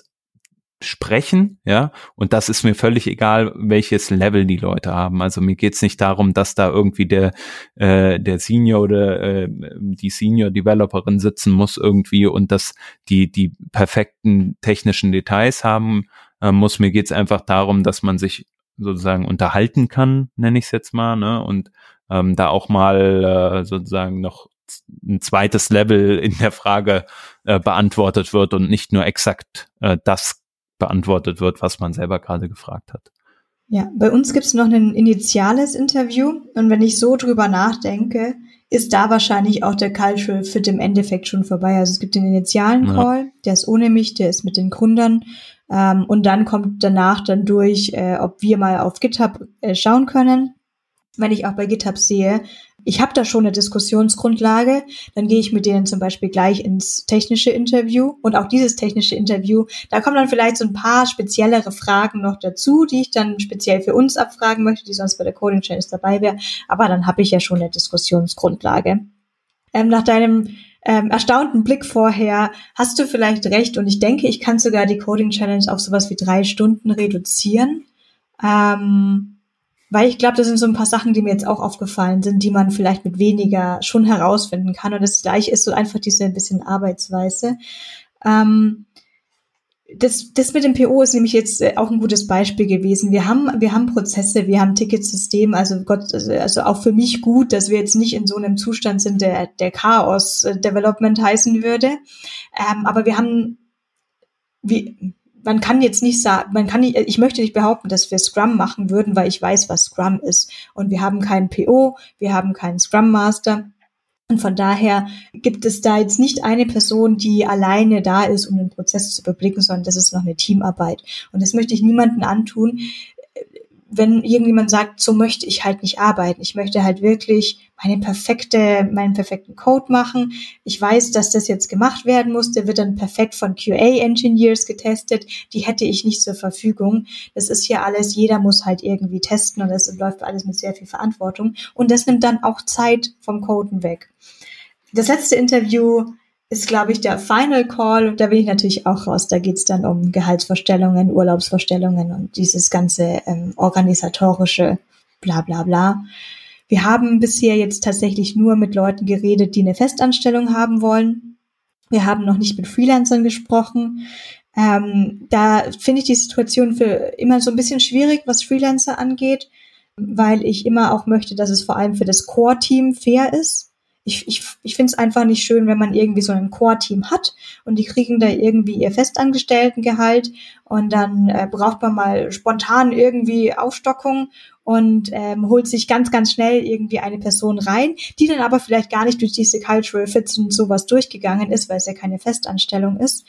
sprechen, ja, und das ist mir völlig egal, welches Level die Leute haben. Also mir geht's nicht darum, dass da irgendwie der äh, der Senior oder äh, die Senior Developerin sitzen muss irgendwie und dass die die perfekten technischen Details haben äh, muss. Mir geht's einfach darum, dass man sich sozusagen unterhalten kann, nenne ich es jetzt mal, ne, und ähm, da auch mal äh, sozusagen noch ein zweites Level in der Frage äh, beantwortet wird und nicht nur exakt äh, das beantwortet wird, was man selber gerade gefragt hat. Ja, bei uns gibt es noch ein initiales Interview und wenn ich so drüber nachdenke, ist da wahrscheinlich auch der Cultural Fit im Endeffekt schon vorbei. Also es gibt den initialen Call, ja. Der ist ohne mich, der ist mit den Gründern ähm, und dann kommt danach dann durch, äh, ob wir mal auf GitHub äh, schauen können. Wenn ich auch bei GitHub sehe, ich habe da schon eine Diskussionsgrundlage, dann gehe ich mit denen zum Beispiel gleich ins technische Interview und auch dieses technische Interview, da kommen dann vielleicht so ein paar speziellere Fragen noch dazu, die ich dann speziell für uns abfragen möchte, die sonst bei der Coding Challenge dabei wäre, aber dann habe ich ja schon eine Diskussionsgrundlage. Ähm, nach deinem ähm, erstaunten Blick vorher hast du vielleicht recht und ich denke, ich kann sogar die Coding Challenge auf sowas wie drei Stunden reduzieren. Ähm, Weil ich glaube, das sind so ein paar Sachen, die mir jetzt auch aufgefallen sind, die man vielleicht mit weniger schon herausfinden kann. Und das Gleiche ist so einfach diese ein bisschen Arbeitsweise. Ähm, das, das mit dem P O ist nämlich jetzt auch ein gutes Beispiel gewesen. Wir haben, wir haben Prozesse, wir haben Ticketsystem. Also Gott, also auch für mich gut, dass wir jetzt nicht in so einem Zustand sind, der, der Chaos-Development heißen würde. Ähm, aber wir haben, wie, Man kann jetzt nicht sagen, man kann nicht, ich möchte nicht behaupten, dass wir Scrum machen würden, weil ich weiß, was Scrum ist. Und wir haben keinen P O, wir haben keinen Scrum Master. Und von daher gibt es da jetzt nicht eine Person, die alleine da ist, um den Prozess zu überblicken, sondern das ist noch eine Teamarbeit. Und das möchte ich niemandem antun, wenn irgendjemand sagt, so möchte ich halt nicht arbeiten. Ich möchte halt wirklich meine perfekte, meinen perfekten Code machen. Ich weiß, dass das jetzt gemacht werden muss. Der wird dann perfekt von Q A-Engineers getestet. Die hätte ich nicht zur Verfügung. Das ist hier alles, jeder muss halt irgendwie testen und das läuft alles mit sehr viel Verantwortung. Und das nimmt dann auch Zeit vom Coden weg. Das letzte Interview ist, glaube ich, der Final Call. Und da bin ich natürlich auch raus. Da geht's dann um Gehaltsvorstellungen, Urlaubsvorstellungen und dieses ganze ähm, organisatorische bla bla bla. Wir haben bisher jetzt tatsächlich nur mit Leuten geredet, die eine Festanstellung haben wollen. Wir haben noch nicht mit Freelancern gesprochen. Ähm, da finde ich die Situation für immer so ein bisschen schwierig, was Freelancer angeht, weil ich immer auch möchte, dass es vor allem für das Core-Team fair ist. Ich, ich, ich finde es einfach nicht schön, wenn man irgendwie so ein Core-Team hat und die kriegen da irgendwie ihr Festangestelltengehalt und dann äh, braucht man mal spontan irgendwie Aufstockung und ähm, holt sich ganz, ganz schnell irgendwie eine Person rein, die dann aber vielleicht gar nicht durch diese Cultural Fits und sowas durchgegangen ist, weil es ja keine Festanstellung ist.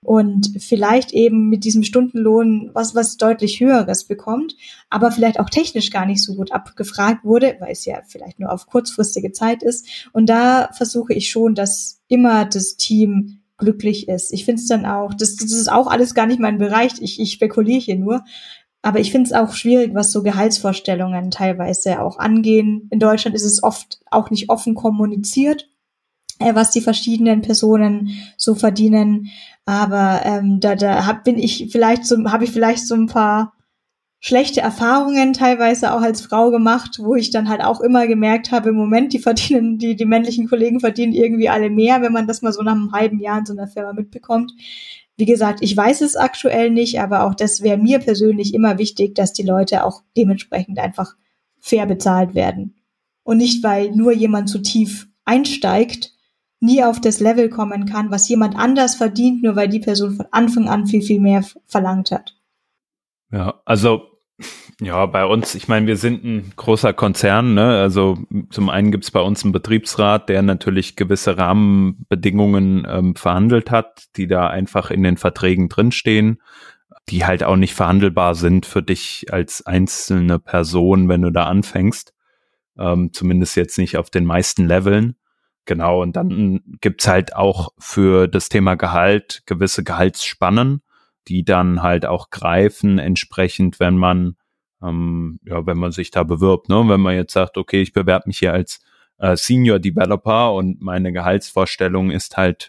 und vielleicht eben mit diesem Stundenlohn was, was deutlich Höheres bekommt, aber vielleicht auch technisch gar nicht so gut abgefragt wurde, weil es ja vielleicht nur auf kurzfristige Zeit ist. Und da versuche ich schon, dass immer das Team glücklich ist. Ich finde es dann auch, das, das ist auch alles gar nicht mein Bereich, ich, ich spekuliere hier nur, aber ich finde es auch schwierig, was so Gehaltsvorstellungen teilweise auch angehen. In Deutschland ist es oft auch nicht offen kommuniziert, äh, was die verschiedenen Personen so verdienen. Aber ähm, da, da hab, bin ich vielleicht so, habe ich vielleicht so ein paar schlechte Erfahrungen teilweise auch als Frau gemacht, wo ich dann halt auch immer gemerkt habe, im Moment, die verdienen, die, die männlichen Kollegen verdienen irgendwie alle mehr, wenn man das mal so nach einem halben Jahr in so einer Firma mitbekommt. Wie gesagt, ich weiß es aktuell nicht, aber auch das wäre mir persönlich immer wichtig, dass die Leute auch dementsprechend einfach fair bezahlt werden. Und nicht, weil nur jemand zu tief einsteigt, nie auf das Level kommen kann, was jemand anders verdient, nur weil die Person von Anfang an viel, viel mehr verlangt hat. Ja, also ja, bei uns, ich meine, wir sind ein großer Konzern, ne? Also zum einen gibt's bei uns einen Betriebsrat, der natürlich gewisse Rahmenbedingungen ähm, verhandelt hat, die da einfach in den Verträgen drinstehen, die halt auch nicht verhandelbar sind für dich als einzelne Person, wenn du da anfängst. Ähm, zumindest jetzt nicht auf den meisten Leveln. Genau, und dann gibt's halt auch für das Thema Gehalt gewisse Gehaltsspannen, die dann halt auch greifen, entsprechend, wenn man ähm, ja, wenn man sich da bewirbt, ne? Wenn man jetzt sagt, okay, ich bewerbe mich hier als äh, Senior Developer und meine Gehaltsvorstellung ist halt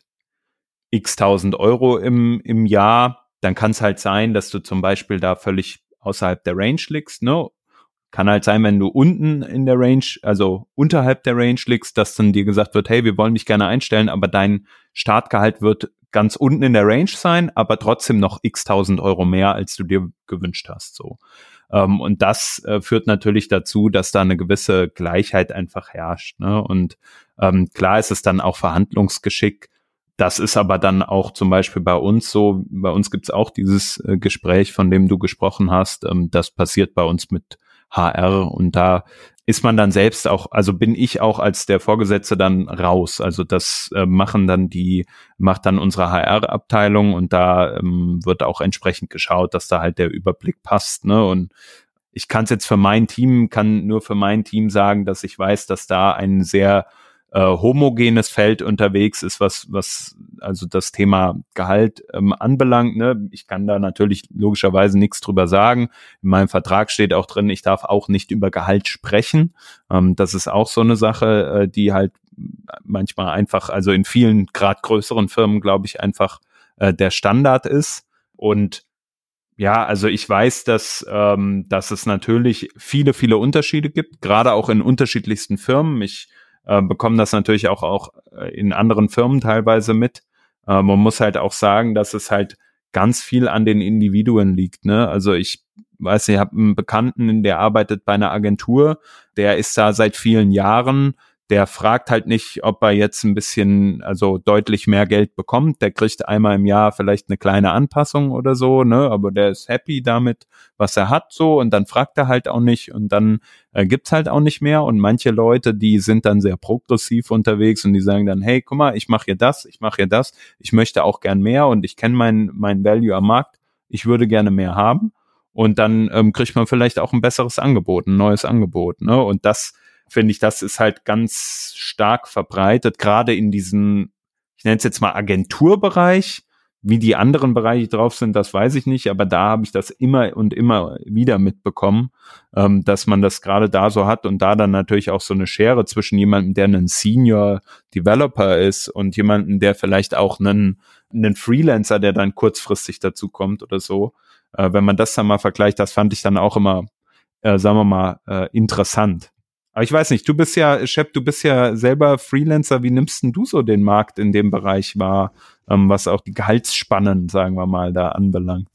x tausend Euro im im Jahr, dann kann es halt sein, dass du zum Beispiel da völlig außerhalb der Range liegst, ne? Kann halt sein, wenn du unten in der Range, also unterhalb der Range liegst, dass dann dir gesagt wird, hey, wir wollen dich gerne einstellen, aber dein Startgehalt wird ganz unten in der Range sein, aber trotzdem noch x tausend Euro mehr, als du dir gewünscht hast, so. Ähm, und das äh, führt natürlich dazu, dass da eine gewisse Gleichheit einfach herrscht, ne? Und ähm, klar ist es dann auch Verhandlungsgeschick. Das ist aber dann auch zum Beispiel bei uns so, bei uns gibt's auch dieses äh, Gespräch, von dem du gesprochen hast. Ähm, das passiert bei uns mit H R und da ist man dann selbst auch, also bin ich auch als der Vorgesetzte dann raus. Also das äh, machen dann die, macht dann unsere H R-Abteilung und da ähm, wird auch entsprechend geschaut, dass da halt der Überblick passt, ne? Und ich kann es jetzt für mein Team, kann nur für mein Team sagen, dass ich weiß, dass da ein sehr äh, homogenes Feld unterwegs ist, was was also das Thema Gehalt ähm, anbelangt. Ne? Ich kann da natürlich logischerweise nichts drüber sagen. In meinem Vertrag steht auch drin, ich darf auch nicht über Gehalt sprechen. Ähm, das ist auch so eine Sache, äh, die halt manchmal einfach, also in vielen gerade größeren Firmen, glaube ich, einfach äh, der Standard ist. Und ja, also ich weiß, dass ähm, dass es natürlich viele, viele Unterschiede gibt, gerade auch in unterschiedlichsten Firmen. Ich äh, bekomme das natürlich auch auch in anderen Firmen teilweise mit. Äh, man muss halt auch sagen, dass es halt ganz viel an den Individuen liegt, ne? Also ich weiß, ich habe einen Bekannten, der arbeitet bei einer Agentur, der ist da seit vielen Jahren. Der fragt halt nicht, ob er jetzt ein bisschen, also deutlich mehr Geld bekommt. Der kriegt einmal im Jahr vielleicht eine kleine Anpassung oder so, ne? Aber der ist happy damit, was er hat, so. Und dann fragt er halt auch nicht. Und dann äh, gibt's halt auch nicht mehr. Und manche Leute, die sind dann sehr progressiv unterwegs und die sagen dann, hey, guck mal, ich mache hier das, ich mache hier das. Ich möchte auch gern mehr und ich kenne mein, mein Value am Markt. Ich würde gerne mehr haben. Und dann ähm, kriegt man vielleicht auch ein besseres Angebot, ein neues Angebot, ne? Und das finde ich, das ist halt ganz stark verbreitet, gerade in diesem, ich nenne es jetzt mal Agenturbereich. Wie die anderen Bereiche drauf sind, das weiß ich nicht, aber da habe ich das immer und immer wieder mitbekommen, ähm, dass man das gerade da so hat und da dann natürlich auch so eine Schere zwischen jemandem, der ein Senior Developer ist und jemandem, der vielleicht auch einen, einen Freelancer, der dann kurzfristig dazu kommt oder so. Äh, wenn man das dann mal vergleicht, das fand ich dann auch immer, äh, sagen wir mal, äh, interessant. Aber ich weiß nicht, du bist ja, Shep, du bist ja selber Freelancer. Wie nimmst denn du so den Markt in dem Bereich wahr, ähm, was auch die Gehaltsspannen, sagen wir mal, da anbelangt?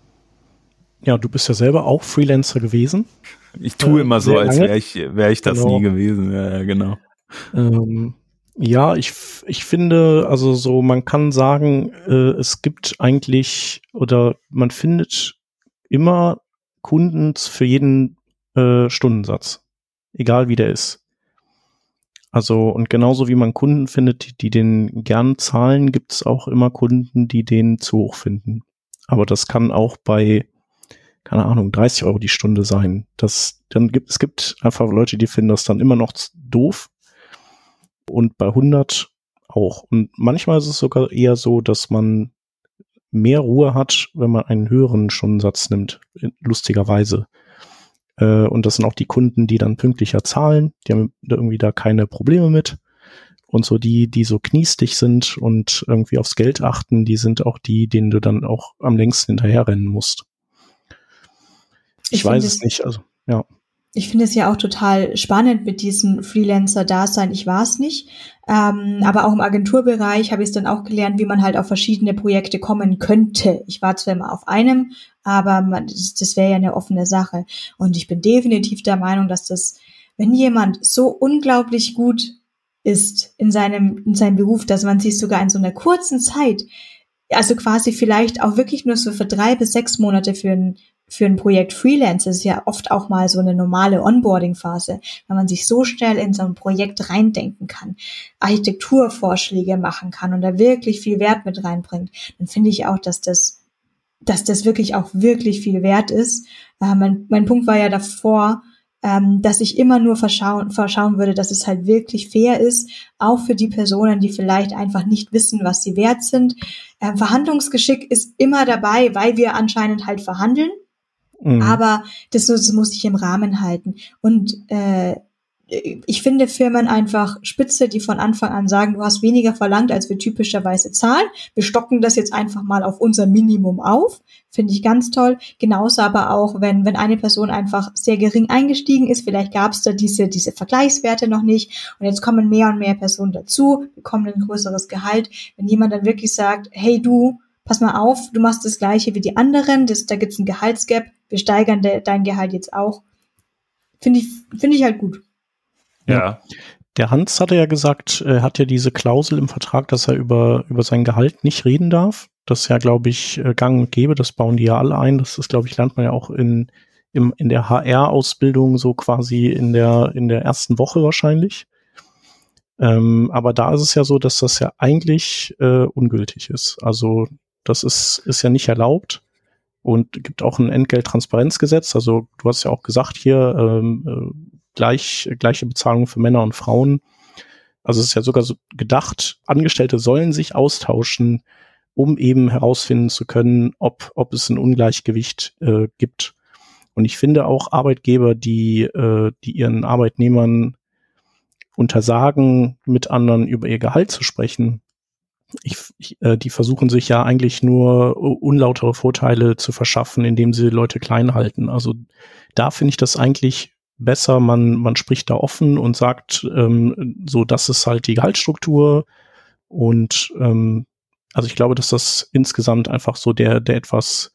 Ja, du bist ja selber auch Freelancer gewesen. Ich tue äh, immer so, als wäre ich, wär ich das genau. nie gewesen. Ja, genau. Ähm, ja, ich, ich finde, also so, man kann sagen, äh, es gibt eigentlich, oder man findet immer Kunden für jeden äh, Stundensatz. Egal wie der ist. Also, und genauso wie man Kunden findet, die, die den gern zahlen, gibt es auch immer Kunden, die den zu hoch finden. Aber das kann auch bei, keine Ahnung, dreißig Euro die Stunde sein. Das, dann gibt, es gibt einfach Leute, die finden das dann immer noch doof. Und bei hundert auch. Und manchmal ist es sogar eher so, dass man mehr Ruhe hat, wenn man einen höheren Stundensatz nimmt, lustigerweise. Äh, und das sind auch die Kunden, die dann pünktlicher zahlen, die haben irgendwie da keine Probleme mit. Und so die, die so kniestig sind und irgendwie aufs Geld achten, die sind auch die, denen du dann auch am längsten hinterherrennen musst. Ich, ich weiß es nicht, also, ja. Ich finde es ja auch total spannend mit diesem Freelancer-Dasein. Ich war es nicht, ähm, aber auch im Agenturbereich habe ich es dann auch gelernt, wie man halt auf verschiedene Projekte kommen könnte. Ich war zwar immer auf einem, aber man, das, das wäre ja eine offene Sache. Und ich bin definitiv der Meinung, dass das, wenn jemand so unglaublich gut ist in seinem in seinem Beruf, dass man sich sogar in so einer kurzen Zeit, also quasi vielleicht auch wirklich nur so für drei bis sechs Monate für ein für ein Projekt Freelance, ist ja oft auch mal so eine normale Onboarding-Phase, wenn man sich so schnell in so ein Projekt reindenken kann, Architekturvorschläge machen kann und da wirklich viel Wert mit reinbringt, dann finde ich auch, dass das, dass das wirklich auch wirklich viel wert ist. Äh, mein, mein Punkt war ja davor, ähm, dass ich immer nur verschauen, verschauen würde, dass es halt wirklich fair ist, auch für die Personen, die vielleicht einfach nicht wissen, was sie wert sind. Ähm, Verhandlungsgeschick ist immer dabei, weil wir anscheinend halt verhandeln. Mhm. Aber das, das muss sich im Rahmen halten. Und äh, ich finde Firmen einfach spitze, die von Anfang an sagen, du hast weniger verlangt, als wir typischerweise zahlen. Wir stocken das jetzt einfach mal auf unser Minimum auf. Finde ich ganz toll. Genauso aber auch, wenn wenn eine Person einfach sehr gering eingestiegen ist, vielleicht gab es da diese diese Vergleichswerte noch nicht und jetzt kommen mehr und mehr Personen dazu, bekommen ein größeres Gehalt. Wenn jemand dann wirklich sagt, hey du, pass mal auf, du machst das Gleiche wie die anderen, das, da gibt's ein Gehaltsgap, wir steigern de, dein Gehalt jetzt auch. Finde ich, finde ich halt gut. Ja. Der Hans hatte ja gesagt, er hat ja diese Klausel im Vertrag, dass er über, über sein Gehalt nicht reden darf. Das ist ja, glaube ich, gang und gäbe, das bauen die ja alle ein. Das ist, glaube ich, lernt man ja auch in, im, in der H R-Ausbildung so quasi in der, in der ersten Woche wahrscheinlich. Ähm, aber da ist es ja so, dass das ja eigentlich äh, ungültig ist. Also das ist, ist ja nicht erlaubt und gibt auch ein Entgelttransparenzgesetz. Also du hast ja auch gesagt hier, ähm, äh, gleich, gleiche Bezahlung für Männer und Frauen. Also es ist ja sogar so gedacht, Angestellte sollen sich austauschen, um eben herausfinden zu können, ob, ob es ein Ungleichgewicht äh, gibt. Und ich finde auch Arbeitgeber, die, äh, die ihren Arbeitnehmern untersagen, mit anderen über ihr Gehalt zu sprechen, Ich, ich, äh, die versuchen sich ja eigentlich nur unlautere Vorteile zu verschaffen, indem sie Leute klein halten. Also da finde ich das eigentlich besser. Man, man spricht da offen und sagt, ähm, so, das ist halt die Gehaltsstruktur. Und ähm, also ich glaube, dass das insgesamt einfach so der, der etwas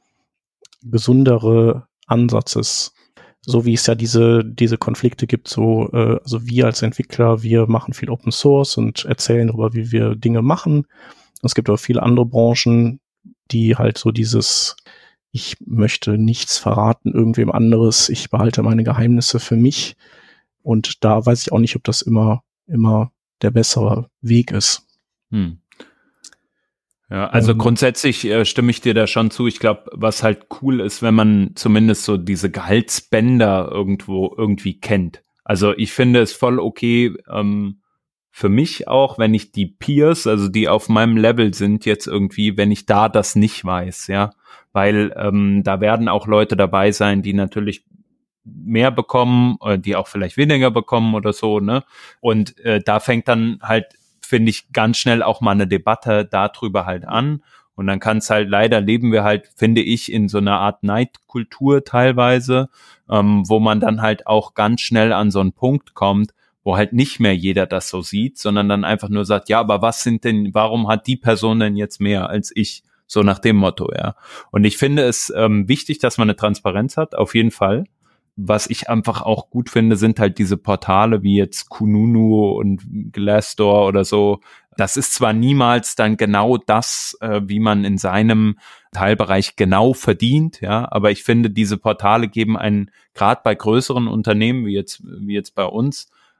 gesundere Ansatz ist. So wie es ja diese diese Konflikte gibt, so äh, also wir als Entwickler, wir machen viel Open Source und erzählen darüber, wie wir Dinge machen. Es gibt aber viele andere Branchen, die halt so dieses, ich möchte nichts verraten, irgendwem anderes, ich behalte meine Geheimnisse für mich. Und da weiß ich auch nicht, ob das immer immer der bessere Weg ist. Hm. Ja, also ähm, grundsätzlich äh, stimme ich dir da schon zu. Ich glaube, was halt cool ist, wenn man zumindest so diese Gehaltsbänder irgendwo irgendwie kennt. Also ich finde es voll okay, ähm, für mich auch, wenn ich die Peers, also die auf meinem Level sind jetzt irgendwie, wenn ich da das nicht weiß, ja, weil ähm, da werden auch Leute dabei sein, die natürlich mehr bekommen, äh, die auch vielleicht weniger bekommen oder so, ne? Und äh, da fängt dann halt, finde ich, ganz schnell auch mal eine Debatte darüber halt an. Und dann kann es halt, leider leben wir halt, finde ich, in so einer Art Neidkultur teilweise, ähm, wo man dann halt auch ganz schnell an so einen Punkt kommt, wo halt nicht mehr jeder das so sieht, sondern dann einfach nur sagt, ja, aber was sind denn, warum hat die Person denn jetzt mehr als ich? So nach dem Motto, ja. Und ich finde es ähm, wichtig, dass man eine Transparenz hat, auf jeden Fall. Was ich einfach auch gut finde, sind halt diese Portale wie jetzt Kununu und Glassdoor oder so. Das ist zwar niemals dann genau das, äh, wie man in seinem Teilbereich genau verdient, ja, aber ich finde, diese Portale geben einen, gerade bei größeren Unternehmen, wie jetzt, wie jetzt bei uns,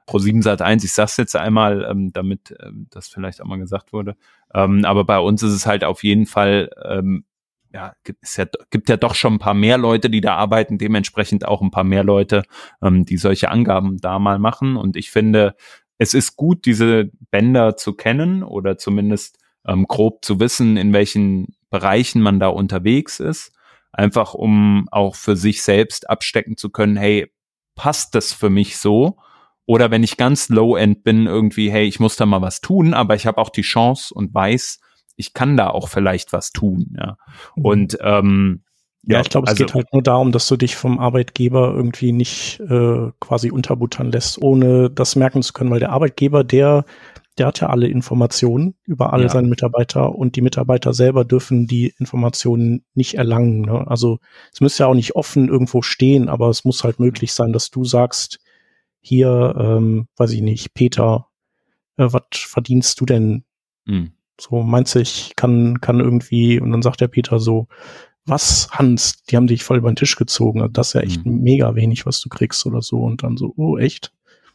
ProSieben Sat eins, ich sag's jetzt einmal, ähm, damit ähm, das vielleicht auch mal gesagt wurde. Ähm, aber bei uns ist es halt auf jeden Fall, ähm, ja, gibt es ja, gibt ja doch schon ein paar mehr Leute, die da arbeiten, dementsprechend auch ein paar mehr Leute, ähm, die solche Angaben da mal machen. Und ich finde, es ist gut, diese Bänder zu kennen oder zumindest ähm, grob zu wissen, in welchen Bereichen man da unterwegs ist. Einfach um auch für sich selbst abstecken zu können, hey, passt das für mich so? Oder wenn ich ganz low-end bin, irgendwie, hey, ich muss da mal was tun, aber ich habe auch die Chance und weiß, ich kann da auch vielleicht was tun. Ja. Und ähm, ja, ja, ich glaube, es also, geht halt nur darum, dass du dich vom Arbeitgeber irgendwie nicht äh, quasi unterbuttern lässt, ohne das merken zu können, weil der Arbeitgeber, der der hat ja alle Informationen über alle Ja. seine Mitarbeiter und die Mitarbeiter selber dürfen die Informationen nicht erlangen. Ne? Also es müsste ja auch nicht offen irgendwo stehen, aber es muss halt möglich sein, dass du sagst, hier, ähm, weiß ich nicht, Peter, äh, was verdienst du denn? mh. So meinst du, ich kann, kann irgendwie, und dann sagt der Peter so, was, Hans, die haben dich voll über den Tisch gezogen. Also das ist ja echt Mhm. mega wenig, was du kriegst oder so. Und dann so, oh, echt?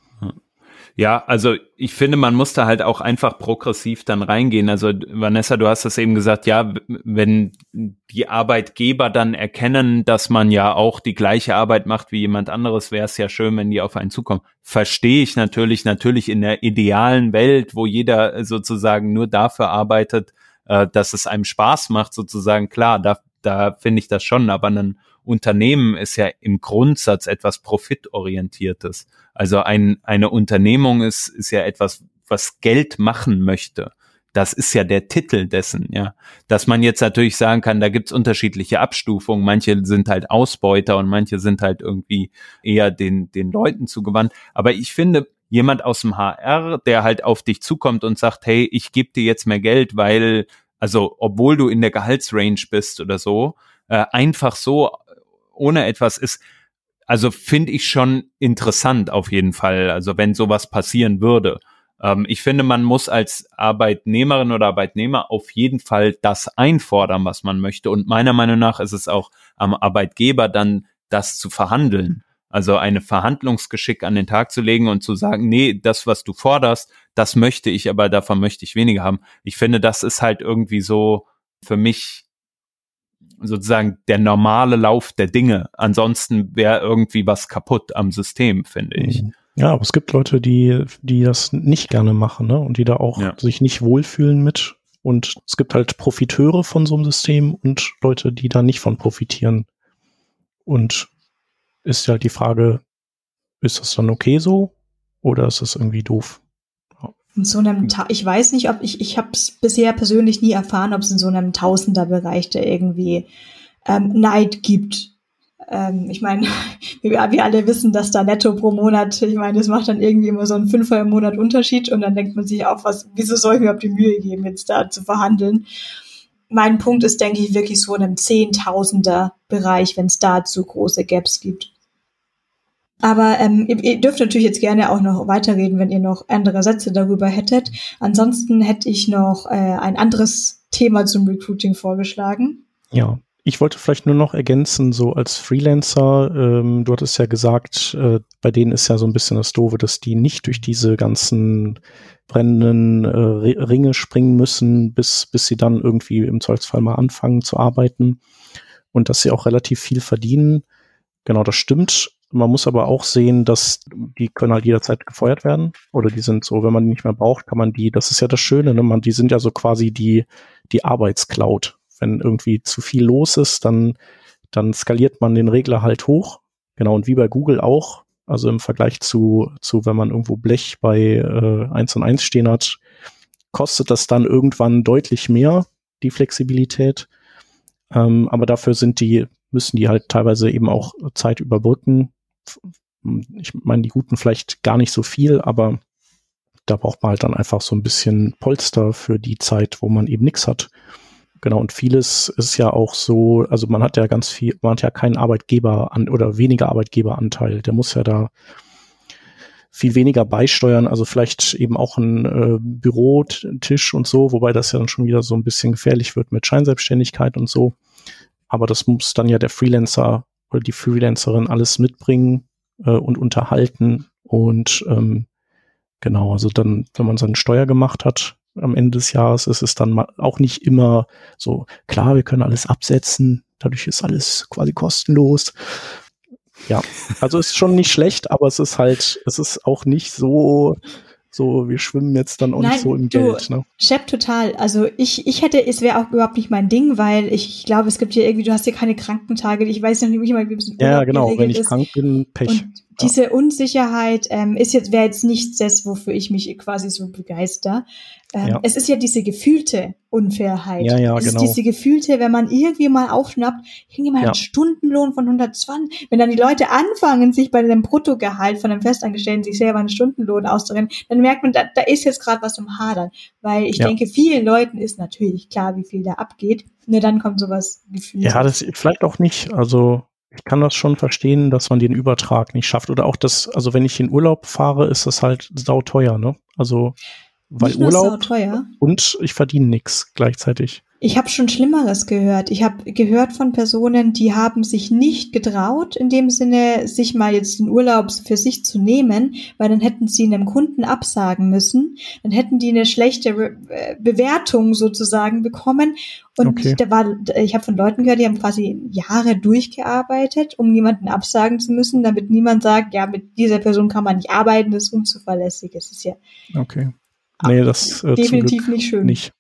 Ja, also ich finde, man muss da halt auch einfach progressiv dann reingehen. Also Vanessa, du hast das eben gesagt, ja, wenn die Arbeitgeber dann erkennen, dass man ja auch die gleiche Arbeit macht wie jemand anderes, wäre es ja schön, wenn die auf einen zukommen. Verstehe ich natürlich, natürlich in der idealen Welt, wo jeder sozusagen nur dafür arbeitet, äh, dass es einem Spaß macht, sozusagen, klar, da, da finde ich das schon, aber ein Unternehmen ist ja im Grundsatz etwas Profitorientiertes. Also ein, eine Unternehmung ist, ist ja etwas, was Geld machen möchte. Das ist ja der Titel dessen, ja. Dass man jetzt natürlich sagen kann, da gibt's unterschiedliche Abstufungen. Manche sind halt Ausbeuter und manche sind halt irgendwie eher den, den Leuten zugewandt. Aber ich finde, jemand aus dem H R, der halt auf dich zukommt und sagt, hey, ich gebe dir jetzt mehr Geld, weil, also obwohl du in der Gehaltsrange bist oder so, äh, einfach so ohne etwas ist, also finde ich schon interessant auf jeden Fall, also wenn sowas passieren würde. Ähm, ich finde, man muss als Arbeitnehmerin oder Arbeitnehmer auf jeden Fall das einfordern, was man möchte. Und meiner Meinung nach ist es auch am Arbeitgeber dann, das zu verhandeln. Also eine Verhandlungsgeschick an den Tag zu legen und zu sagen, nee, das, was du forderst, das möchte ich, aber davon möchte ich weniger haben. Ich finde, das ist halt irgendwie so für mich sozusagen der normale Lauf der Dinge. Ansonsten wäre irgendwie was kaputt am System, finde ich. Ja, aber es gibt Leute, die, die das nicht gerne machen, ne? Und die da auch Ja. sich nicht wohlfühlen mit. Und es gibt halt Profiteure von so einem System und Leute, die da nicht von profitieren. Und ist halt die Frage, ist das dann okay so? Oder ist das irgendwie doof? In so einem, Ta- ich weiß nicht, ob ich, ich habe es bisher persönlich nie erfahren, ob es in so einem Tausenderbereich da irgendwie ähm, Neid gibt. Ähm, ich meine, wir, wir alle wissen, dass da netto pro Monat, ich meine, das macht dann irgendwie immer so einen Fünfer im Monat Unterschied und dann denkt man sich auch, was, wieso soll ich mir überhaupt die Mühe geben, jetzt da zu verhandeln? Mein Punkt ist, denke ich, wirklich so in einem Zehntausender-Bereich, wenn es da zu große Gaps gibt. Aber ähm, ihr, ihr dürft natürlich jetzt gerne auch noch weiterreden, wenn ihr noch andere Sätze darüber hättet. Ansonsten hätte ich noch äh, ein anderes Thema zum Recruiting vorgeschlagen. Ja, ich wollte vielleicht nur noch ergänzen, so als Freelancer, ähm, du hattest ja gesagt, äh, bei denen ist ja so ein bisschen das Doofe, dass die nicht durch diese ganzen brennenden äh, Ringe springen müssen, bis, bis sie dann irgendwie im Zweifelsfall mal anfangen zu arbeiten und dass sie auch relativ viel verdienen. Genau, das stimmt. Man muss aber auch sehen, dass die können halt jederzeit gefeuert werden oder die sind so, wenn man die nicht mehr braucht, kann man die, das ist ja das Schöne, ne? Man, die sind ja so quasi die, die Arbeitscloud. Wenn irgendwie zu viel los ist, dann, dann skaliert man den Regler halt hoch. Genau, und wie bei Google auch. Also im Vergleich zu, zu wenn man irgendwo Blech bei äh, eins und eins stehen hat, kostet das dann irgendwann deutlich mehr, die Flexibilität. Ähm, aber dafür sind die, müssen die halt teilweise eben auch Zeit überbrücken. Ich meine, die Guten vielleicht gar nicht so viel, aber da braucht man halt dann einfach so ein bisschen Polster für die Zeit, wo man eben nichts hat. Genau, und vieles ist ja auch so, also man hat ja ganz viel, man hat ja keinen Arbeitgeber an oder weniger Arbeitgeberanteil. Der muss ja da viel weniger beisteuern, also vielleicht eben auch ein äh, Bürotisch und so, wobei das ja dann schon wieder so ein bisschen gefährlich wird mit Scheinselbstständigkeit und so. Aber das muss dann ja der Freelancer oder die Freelancerin alles mitbringen äh, und unterhalten. Und ähm, Genau, also dann, wenn man seine Steuer gemacht hat, am Ende des Jahres ist es dann auch nicht immer so, klar, wir können alles absetzen, dadurch ist alles quasi kostenlos. Ja, also ist schon nicht schlecht, aber es ist halt, es ist auch nicht so, so, wir schwimmen jetzt dann auch Nein, nicht so im du, Geld. Ne? Shep, total. Also ich, ich hätte, es wäre auch überhaupt nicht mein Ding, weil ich, ich glaube, es gibt hier irgendwie, du hast hier keine Krankentage, ich weiß noch nicht mal, wie es Ja, genau, wenn ich ist. krank bin, Pech. Und diese ja. Unsicherheit ähm, ist jetzt, wäre jetzt nicht das, wofür ich mich quasi so begeister. Ähm, ja. Es ist ja diese gefühlte Unfairheit. Ja, ja, es genau. ist diese gefühlte, wenn man irgendwie mal aufschnappt, irgendjemand ja. hat einen Stundenlohn von hundertzwanzig. Wenn dann die Leute anfangen, sich bei dem Bruttogehalt von einem Festangestellten sich selber einen Stundenlohn auszurechnen, dann merkt man, da, da ist jetzt gerade was zum Hadern. Weil ich ja. denke, vielen Leuten ist natürlich klar, wie viel da abgeht. Nur dann kommt sowas gefühlt. Ja, das vielleicht auch nicht. Also ich kann das schon verstehen, dass man den Übertrag nicht schafft. Oder auch das, also wenn ich in Urlaub fahre, ist das halt sauteuer, ne? Also weil nicht nur Urlaub sauteuer. Und ich verdiene nichts gleichzeitig. Ich habe schon Schlimmeres gehört. Ich habe gehört von Personen, die haben sich nicht getraut, in dem Sinne, sich mal jetzt den Urlaub für sich zu nehmen, weil dann hätten sie einem Kunden absagen müssen. Dann hätten die eine schlechte Re- Bewertung sozusagen bekommen. Und okay. da war, ich habe von Leuten gehört, die haben quasi Jahre durchgearbeitet, um niemanden absagen zu müssen, damit niemand sagt, ja, mit dieser Person kann man nicht arbeiten, das ist unzuverlässig. Das ist ja okay. Nee, das äh, definitiv nicht schön. Nicht.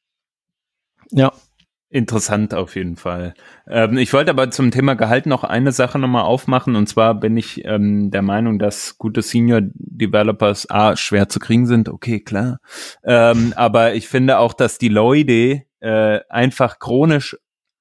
Ja. Interessant auf jeden Fall. Ähm, ich wollte aber zum Thema Gehalt noch eine Sache nochmal aufmachen, und zwar bin ich ähm, der Meinung, dass gute Senior Developers A, schwer zu kriegen sind, okay, klar, ähm, aber ich finde auch, dass die Leute äh, einfach chronisch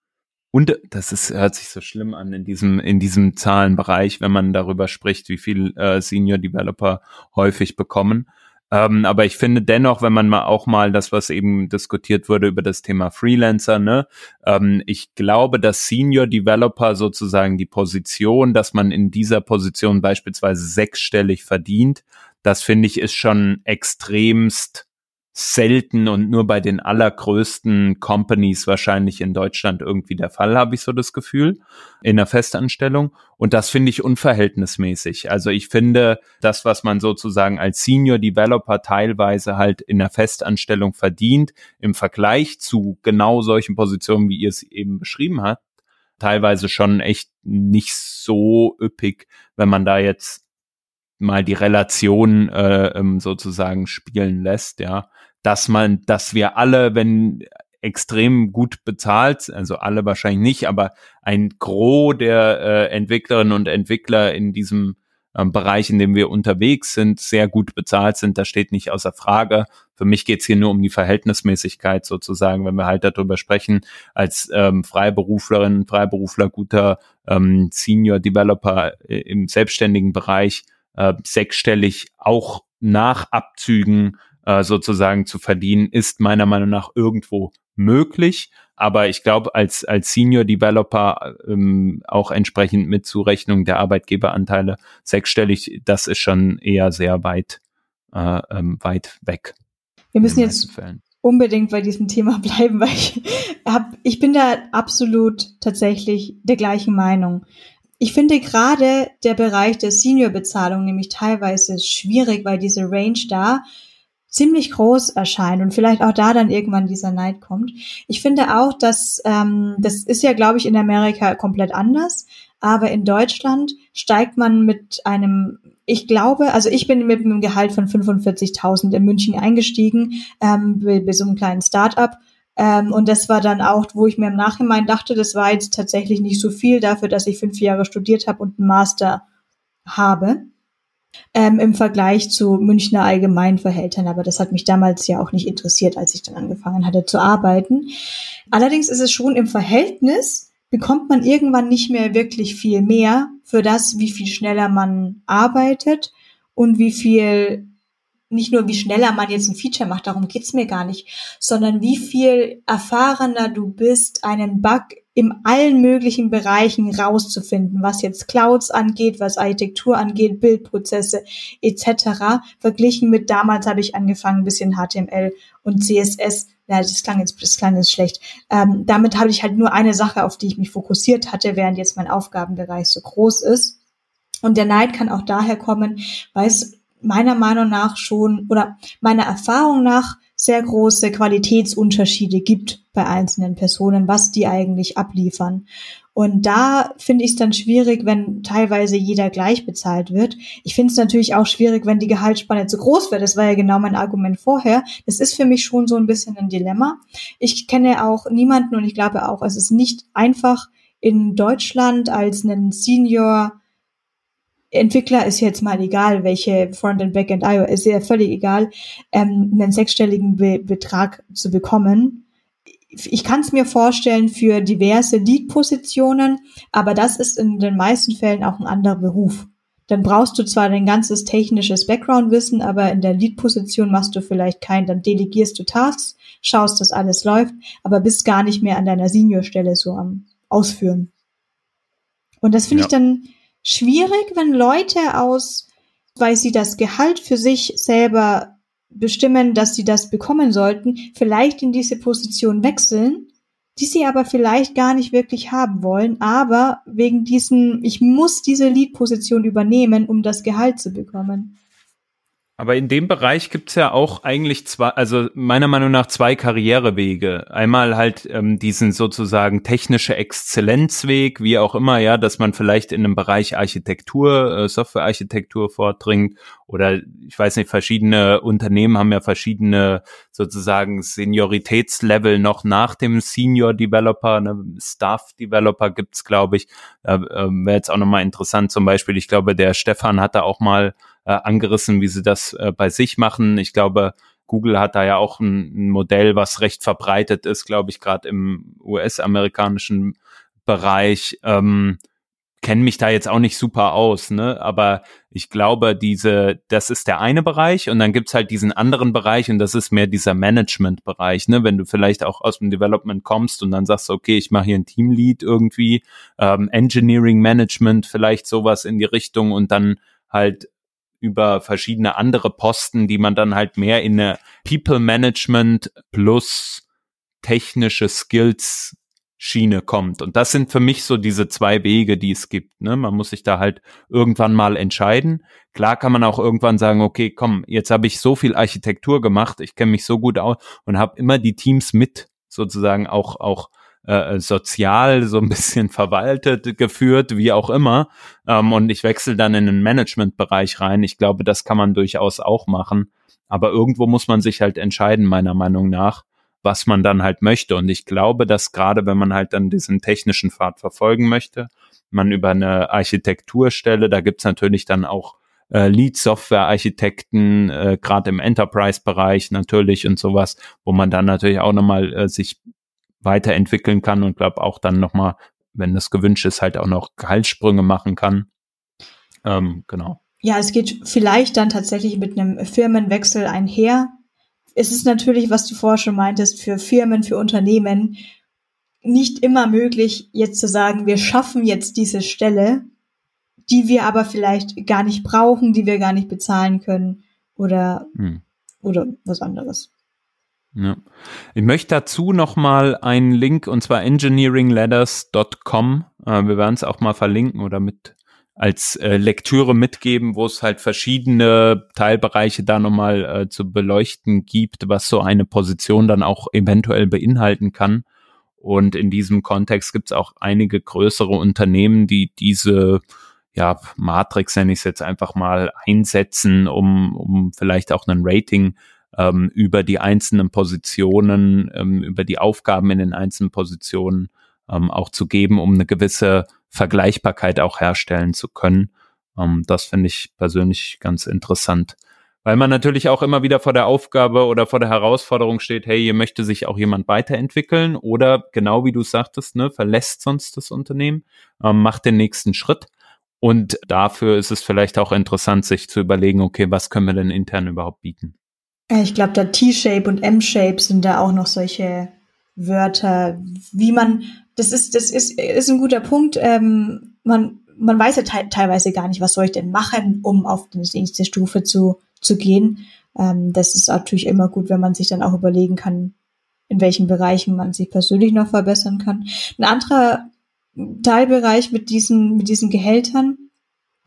und das ist, hört sich so schlimm an in diesem in diesem Zahlenbereich, wenn man darüber spricht, wie viel äh, Senior Developer häufig bekommen. Ähm, aber ich finde dennoch, wenn man mal auch mal das, was eben diskutiert wurde über das Thema Freelancer, ne, ähm, ich glaube, dass Senior Developer sozusagen die Position, dass man in dieser Position beispielsweise sechsstellig verdient, das finde ich ist schon extremst selten und nur bei den allergrößten Companies wahrscheinlich in Deutschland irgendwie der Fall, habe ich so das Gefühl, in der Festanstellung. Und das finde ich unverhältnismäßig. Also ich finde, das, was man sozusagen als Senior Developer teilweise halt in der Festanstellung verdient, im Vergleich zu genau solchen Positionen, wie ihr es eben beschrieben habt, teilweise schon echt nicht so üppig, wenn man da jetzt mal die Relation äh, sozusagen spielen lässt, ja, dass man, dass wir alle, wenn extrem gut bezahlt, also alle wahrscheinlich nicht, aber ein Gros der äh, Entwicklerinnen und Entwickler in diesem ähm, Bereich, in dem wir unterwegs sind, sehr gut bezahlt sind, das steht nicht außer Frage. Für mich geht's hier nur um die Verhältnismäßigkeit sozusagen, wenn wir halt darüber sprechen, als ähm, Freiberuflerin, Freiberufler, guter ähm, Senior Developer äh, im selbstständigen Bereich, äh, sechsstellig auch nach Abzügen äh, sozusagen zu verdienen, ist meiner Meinung nach irgendwo möglich. Aber ich glaube, als als Senior Developer ähm, auch entsprechend mit Zurechnung der Arbeitgeberanteile sechsstellig, das ist schon eher sehr weit äh, ähm, weit weg. Wir müssen jetzt Fällen. unbedingt bei diesem Thema bleiben, weil ich hab, ich bin da absolut tatsächlich der gleichen Meinung. Ich finde gerade der Bereich der Senior-Bezahlung nämlich teilweise schwierig, weil diese Range da ziemlich groß erscheint und vielleicht auch da dann irgendwann dieser Neid kommt. Ich finde auch, dass ähm, das ist ja, glaube ich, in Amerika komplett anders, aber in Deutschland steigt man mit einem, ich glaube, also ich bin mit einem Gehalt von fünfundvierzigtausend in München eingestiegen, ähm, bei, bei so einem kleinen Start-up. Ähm, und das war dann auch, wo ich mir im Nachhinein dachte, das war jetzt tatsächlich nicht so viel dafür, dass ich fünf Jahre studiert habe und einen Master habe, ähm, im Vergleich zu Münchner Allgemeinverhältern. Aber das hat mich damals ja auch nicht interessiert, als ich dann angefangen hatte zu arbeiten. Allerdings ist es schon im Verhältnis, bekommt man irgendwann nicht mehr wirklich viel mehr für das, wie viel schneller man arbeitet und wie viel, nicht nur wie schneller man jetzt ein Feature macht, darum geht's mir gar nicht, sondern wie viel erfahrener du bist, einen Bug in allen möglichen Bereichen rauszufinden, was jetzt Clouds angeht, was Architektur angeht, Bildprozesse et cetera. Verglichen mit damals habe ich angefangen, ein bisschen H T M L und C S S. Ja, das klang jetzt, das klang jetzt schlecht. Ähm, damit habe ich halt nur eine Sache, auf die ich mich fokussiert hatte, während jetzt mein Aufgabenbereich so groß ist. Und der Neid kann auch daher kommen, weil es meiner Meinung nach schon oder meiner Erfahrung nach sehr große Qualitätsunterschiede gibt bei einzelnen Personen, was die eigentlich abliefern. Und da finde ich es dann schwierig, wenn teilweise jeder gleich bezahlt wird. Ich finde es natürlich auch schwierig, wenn die Gehaltsspanne zu groß wird. Das war ja genau mein Argument vorher. Das ist für mich schon so ein bisschen ein Dilemma. Ich kenne auch niemanden und ich glaube auch, es ist nicht einfach in Deutschland als einen Senior Entwickler, ist jetzt mal egal, welche Frontend, Backend, I O, ist ja völlig egal, ähm, einen sechsstelligen Be- Betrag zu bekommen. Ich kann es mir vorstellen für diverse Lead-Positionen, aber das ist in den meisten Fällen auch ein anderer Beruf. Dann brauchst du zwar ein ganzes technisches Background-Wissen, aber in der Lead-Position machst du vielleicht keinen, dann delegierst du Tasks, schaust, dass alles läuft, aber bist gar nicht mehr an deiner Senior-Stelle so am Ausführen. Und das finde ja. ich dann schwierig, wenn Leute aus, weil sie das Gehalt für sich selber bestimmen, dass sie das bekommen sollten, vielleicht in diese Position wechseln, die sie aber vielleicht gar nicht wirklich haben wollen, aber wegen diesem, ich muss diese Lead-Position übernehmen, um das Gehalt zu bekommen. Aber in dem Bereich gibt's ja auch eigentlich zwei, also meiner Meinung nach zwei Karrierewege. Einmal halt ähm, diesen sozusagen technische Exzellenzweg, wie auch immer, ja, dass man vielleicht in einem Bereich Architektur, äh, Softwarearchitektur vordringt oder ich weiß nicht, verschiedene Unternehmen haben ja verschiedene sozusagen Senioritätslevel noch nach dem Senior Developer, ne, Staff Developer gibt's, glaube ich. Da äh, wäre jetzt auch nochmal interessant, zum Beispiel, ich glaube, der Stefan hat da auch mal Äh, angerissen, wie sie das äh, bei sich machen. Ich glaube, Google hat da ja auch ein, ein Modell, was recht verbreitet ist, glaube ich, gerade im U S-amerikanischen Bereich. Ähm, kenne mich da jetzt auch nicht super aus, ne? Aber ich glaube, diese, das ist der eine Bereich und dann gibt's halt diesen anderen Bereich und das ist mehr dieser Management-Bereich, ne? Wenn du vielleicht auch aus dem Development kommst und dann sagst, okay, ich mache hier ein Teamlead irgendwie, ähm, Engineering Management, vielleicht sowas in die Richtung und dann halt über verschiedene andere Posten, die man dann halt mehr in eine People Management plus technische Skills Schiene kommt. Und das sind für mich so diese zwei Wege, die es gibt. Ne? Man muss sich da halt irgendwann mal entscheiden. Klar kann man auch irgendwann sagen, okay, komm, jetzt habe ich so viel Architektur gemacht, ich kenne mich so gut aus und habe immer die Teams mit sozusagen auch auch Äh, sozial so ein bisschen verwaltet, geführt, wie auch immer. Ähm, und ich wechsle dann in den Managementbereich rein. Ich glaube, das kann man durchaus auch machen. Aber irgendwo muss man sich halt entscheiden, meiner Meinung nach, was man dann halt möchte. Und ich glaube, dass gerade wenn man halt dann diesen technischen Pfad verfolgen möchte, man über eine Architekturstelle, da gibt's natürlich dann auch äh, Lead-Software-Architekten, äh, gerade im Enterprise-Bereich natürlich und sowas, wo man dann natürlich auch nochmal äh, sich weiterentwickeln kann und glaube auch dann nochmal, wenn das gewünscht ist, halt auch noch Gehaltssprünge machen kann. Ähm, genau. Ja, es geht vielleicht dann tatsächlich mit einem Firmenwechsel einher. Es ist natürlich, was du vorher schon meintest, für Firmen, für Unternehmen nicht immer möglich, jetzt zu sagen, wir schaffen jetzt diese Stelle, die wir aber vielleicht gar nicht brauchen, die wir gar nicht bezahlen können oder, hm. oder was anderes. Ja. Ich möchte dazu nochmal einen Link, und zwar engineering ladders dot com. Äh, wir werden es auch mal verlinken oder mit als äh, Lektüre mitgeben, wo es halt verschiedene Teilbereiche da nochmal äh, zu beleuchten gibt, was so eine Position dann auch eventuell beinhalten kann. Und in diesem Kontext gibt es auch einige größere Unternehmen, die diese ja, Matrix, nenne ich es jetzt einfach mal, einsetzen, um, um vielleicht auch ein Rating ähm, über die einzelnen Positionen, ähm, über die Aufgaben in den einzelnen Positionen ähm, auch zu geben, um eine gewisse Vergleichbarkeit auch herstellen zu können. Ähm, das finde ich persönlich ganz interessant, weil man natürlich auch immer wieder vor der Aufgabe oder vor der Herausforderung steht, hey, hier möchte sich auch jemand weiterentwickeln oder genau wie du sagtest, ne, verlässt sonst das Unternehmen, ähm, macht den nächsten Schritt. Und dafür ist es vielleicht auch interessant, sich zu überlegen, okay, was können wir denn intern überhaupt bieten? Ich glaube, da T-Shape und M-Shape sind da auch noch solche Wörter, wie man, das ist, das ist, ist ein guter Punkt. Ähm, man, man weiß ja te- teilweise gar nicht, was soll ich denn machen, um auf die nächste Stufe zu, zu gehen. Ähm, das ist natürlich immer gut, wenn man sich dann auch überlegen kann, in welchen Bereichen man sich persönlich noch verbessern kann. Ein anderer Teilbereich mit diesen, mit diesen Gehältern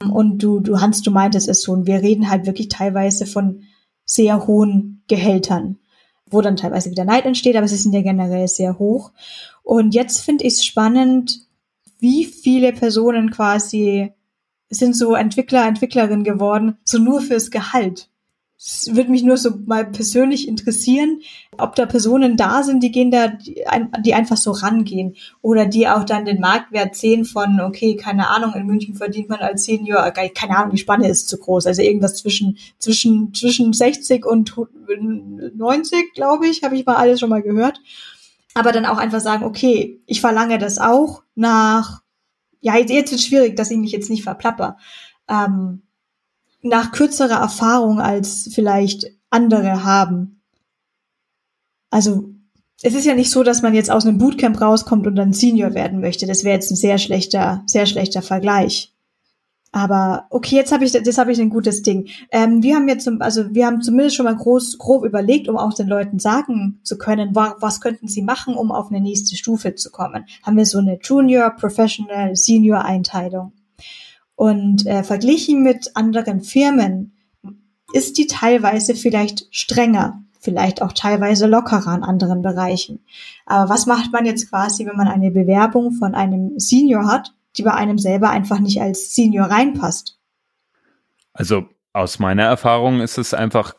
Und du, du Hans, du meintest es schon, wir reden halt wirklich teilweise von sehr hohen Gehältern, wo dann teilweise wieder Neid entsteht, aber sie sind ja generell sehr hoch. Und jetzt finde ich es spannend, wie viele Personen quasi sind so Entwickler, Entwicklerinnen geworden, so nur fürs Gehalt. Es würde mich nur so mal persönlich interessieren, ob da Personen da sind, die gehen da, die, die einfach so rangehen oder die auch dann den Marktwert sehen von, okay, keine Ahnung, in München verdient man als Senior, keine Ahnung, die Spanne ist zu groß, also irgendwas zwischen zwischen zwischen sechzig und neunzig, glaube ich, habe ich mal alles schon mal gehört. Aber dann auch einfach sagen, okay, ich verlange das auch nach, ja, jetzt, jetzt wird es schwierig, dass ich mich jetzt nicht verplapper, ähm, nach kürzerer Erfahrung als vielleicht andere haben. Also es ist ja nicht so, dass man jetzt aus einem Bootcamp rauskommt und dann Senior werden möchte. Das wäre jetzt ein sehr schlechter, sehr schlechter Vergleich. Aber okay, jetzt habe ich, das habe ich ein gutes Ding. Ähm, wir haben jetzt, also wir haben zumindest schon mal groß, grob überlegt, um auch den Leuten sagen zu können, wa- was könnten sie machen, um auf eine nächste Stufe zu kommen. Haben wir so eine Junior, Professional, Senior Einteilung. Und äh, verglichen mit anderen Firmen ist die teilweise vielleicht strenger, vielleicht auch teilweise lockerer in anderen Bereichen. Aber was macht man jetzt quasi, wenn man eine Bewerbung von einem Senior hat, die bei einem selber einfach nicht als Senior reinpasst? Also aus meiner Erfahrung ist es einfach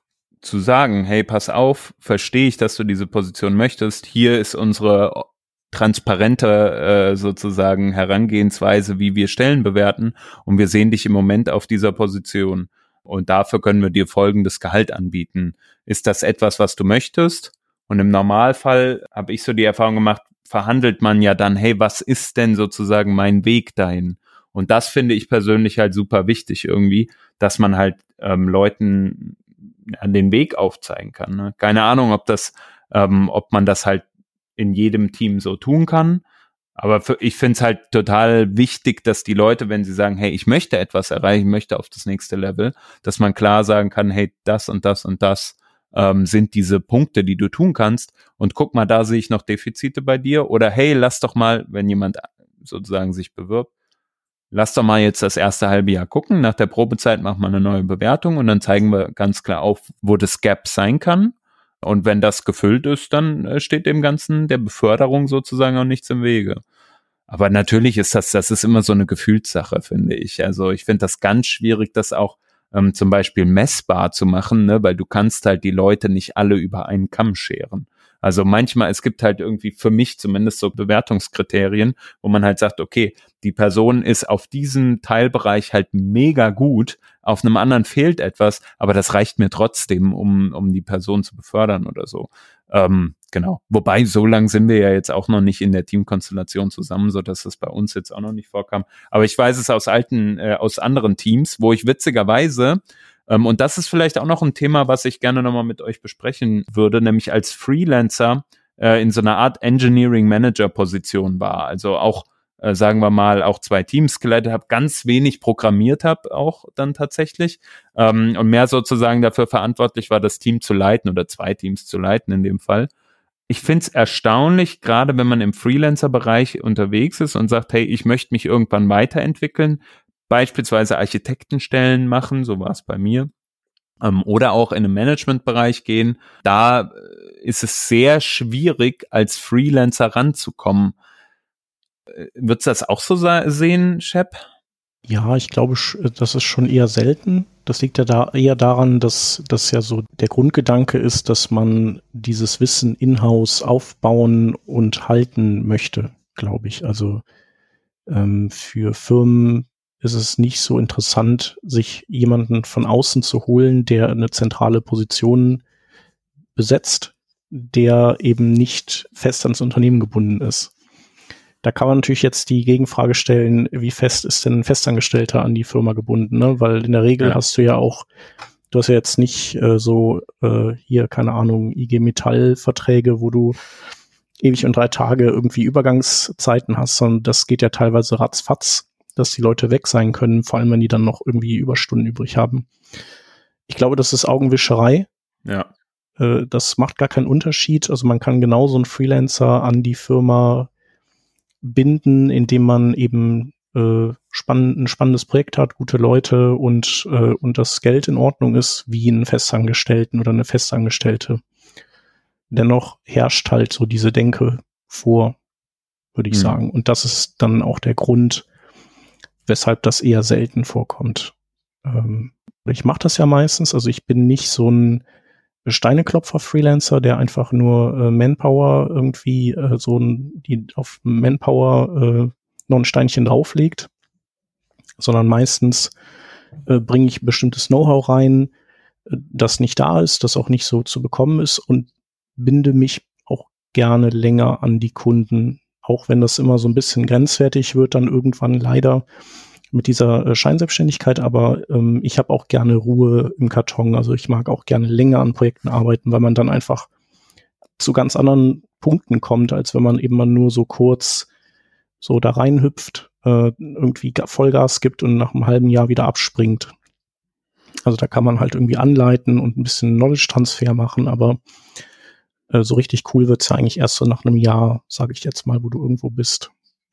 zu sagen, hey, pass auf, verstehe ich, dass du diese Position möchtest. Hier ist unsere transparente äh, sozusagen Herangehensweise, wie wir Stellen bewerten, und wir sehen dich im Moment auf dieser Position und dafür können wir dir folgendes Gehalt anbieten. Ist das etwas, was du möchtest? Und im Normalfall habe ich so die Erfahrung gemacht, verhandelt man ja dann, hey, was ist denn sozusagen mein Weg dahin? Und das finde ich persönlich halt super wichtig irgendwie, dass man halt ähm, Leuten an den Weg aufzeigen kann. Ne? Keine Ahnung, ob das, ähm, ob man das halt in jedem Team so tun kann. Aber für, ich finde es halt total wichtig, dass die Leute, wenn sie sagen, hey, ich möchte etwas erreichen, möchte auf das nächste Level, dass man klar sagen kann, hey, das und das und das ähm, sind diese Punkte, die du tun kannst. Und guck mal, da sehe ich noch Defizite bei dir. Oder hey, lass doch mal, wenn jemand sozusagen sich bewirbt, lass doch mal jetzt das erste halbe Jahr gucken. Nach der Probezeit machen wir eine neue Bewertung und dann zeigen wir ganz klar auf, wo das Gap sein kann. Und wenn das gefüllt ist, dann steht dem Ganzen, der Beförderung sozusagen auch nichts im Wege. Aber natürlich ist das, das ist immer so eine Gefühlssache, finde ich. Also ich finde das ganz schwierig, das auch ähm, zum Beispiel messbar zu machen, ne? Weil du kannst halt die Leute nicht alle über einen Kamm scheren. Also manchmal, es gibt halt irgendwie für mich zumindest so Bewertungskriterien, wo man halt sagt, okay, die Person ist auf diesem Teilbereich halt mega gut, auf einem anderen fehlt etwas, aber das reicht mir trotzdem, um um die Person zu befördern oder so. Ähm, genau. Wobei, so lang sind wir ja jetzt auch noch nicht in der Teamkonstellation zusammen, so dass das bei uns jetzt auch noch nicht vorkam. Aber ich weiß es aus alten, äh, aus anderen Teams, wo ich witzigerweise Ähm, und das ist vielleicht auch noch ein Thema, was ich gerne nochmal mit euch besprechen würde, nämlich als Freelancer äh, in so einer Art Engineering-Manager-Position war. Also auch, äh, sagen wir mal, auch zwei Teams geleitet habe, ganz wenig programmiert habe auch dann tatsächlich ähm, und mehr sozusagen dafür verantwortlich war, das Team zu leiten oder zwei Teams zu leiten in dem Fall. Ich finde es erstaunlich, gerade wenn man im Freelancer-Bereich unterwegs ist und sagt, hey, ich möchte mich irgendwann weiterentwickeln, beispielsweise Architektenstellen machen, so war es bei mir, ähm, oder auch in den Managementbereich gehen. Da ist es sehr schwierig, als Freelancer ranzukommen. Würdest du das auch so sehen, Shep? Ja, ich glaube, das ist schon eher selten. Das liegt ja da eher daran, dass das ja so der Grundgedanke ist, dass man dieses Wissen in-house aufbauen und halten möchte, glaube ich. Also ähm, für Firmen ist es nicht so interessant, sich jemanden von außen zu holen, der eine zentrale Position besetzt, der eben nicht fest ans Unternehmen gebunden ist. Da kann man natürlich jetzt die Gegenfrage stellen, wie fest ist denn ein Festangestellter an die Firma gebunden, ne? Weil in der Regel ja. hast du ja auch, du hast ja jetzt nicht äh, so äh, hier, keine Ahnung, I G Metall-Verträge, wo du ewig und drei Tage irgendwie Übergangszeiten hast, sondern das geht ja teilweise ratzfatz, dass die Leute weg sein können, vor allem wenn die dann noch irgendwie Überstunden übrig haben. Ich glaube, das ist Augenwischerei. Ja. Äh, das macht gar keinen Unterschied. Also man kann genauso einen Freelancer an die Firma binden, indem man eben äh, spann- ein spannendes Projekt hat, gute Leute und, äh, und das Geld in Ordnung ist, wie einen Festangestellten oder eine Festangestellte. Dennoch herrscht halt so diese Denke vor, würde ich Mhm. sagen. Und das ist dann auch der Grund, weshalb das eher selten vorkommt. Ähm, ich mache das ja meistens, also ich bin nicht so ein Steineklopfer-Freelancer, der einfach nur äh, Manpower irgendwie äh, so ein, die auf Manpower äh, noch ein Steinchen drauflegt, sondern meistens äh, bringe ich bestimmtes Know-how rein, äh, das nicht da ist, das auch nicht so zu bekommen ist und binde mich auch gerne länger an die Kunden, auch wenn das immer so ein bisschen grenzwertig wird, dann irgendwann leider mit dieser äh, Scheinselbstständigkeit, aber ähm, ich habe auch gerne Ruhe im Karton, also ich mag auch gerne länger an Projekten arbeiten, weil man dann einfach zu ganz anderen Punkten kommt, als wenn man eben mal nur so kurz so da reinhüpft, äh, irgendwie Vollgas gibt und nach einem halben Jahr wieder abspringt. Also da kann man halt irgendwie anleiten und ein bisschen Knowledge-Transfer machen, aber äh, so richtig cool wird's ja eigentlich erst so nach einem Jahr, sage ich jetzt mal, wo du irgendwo bist.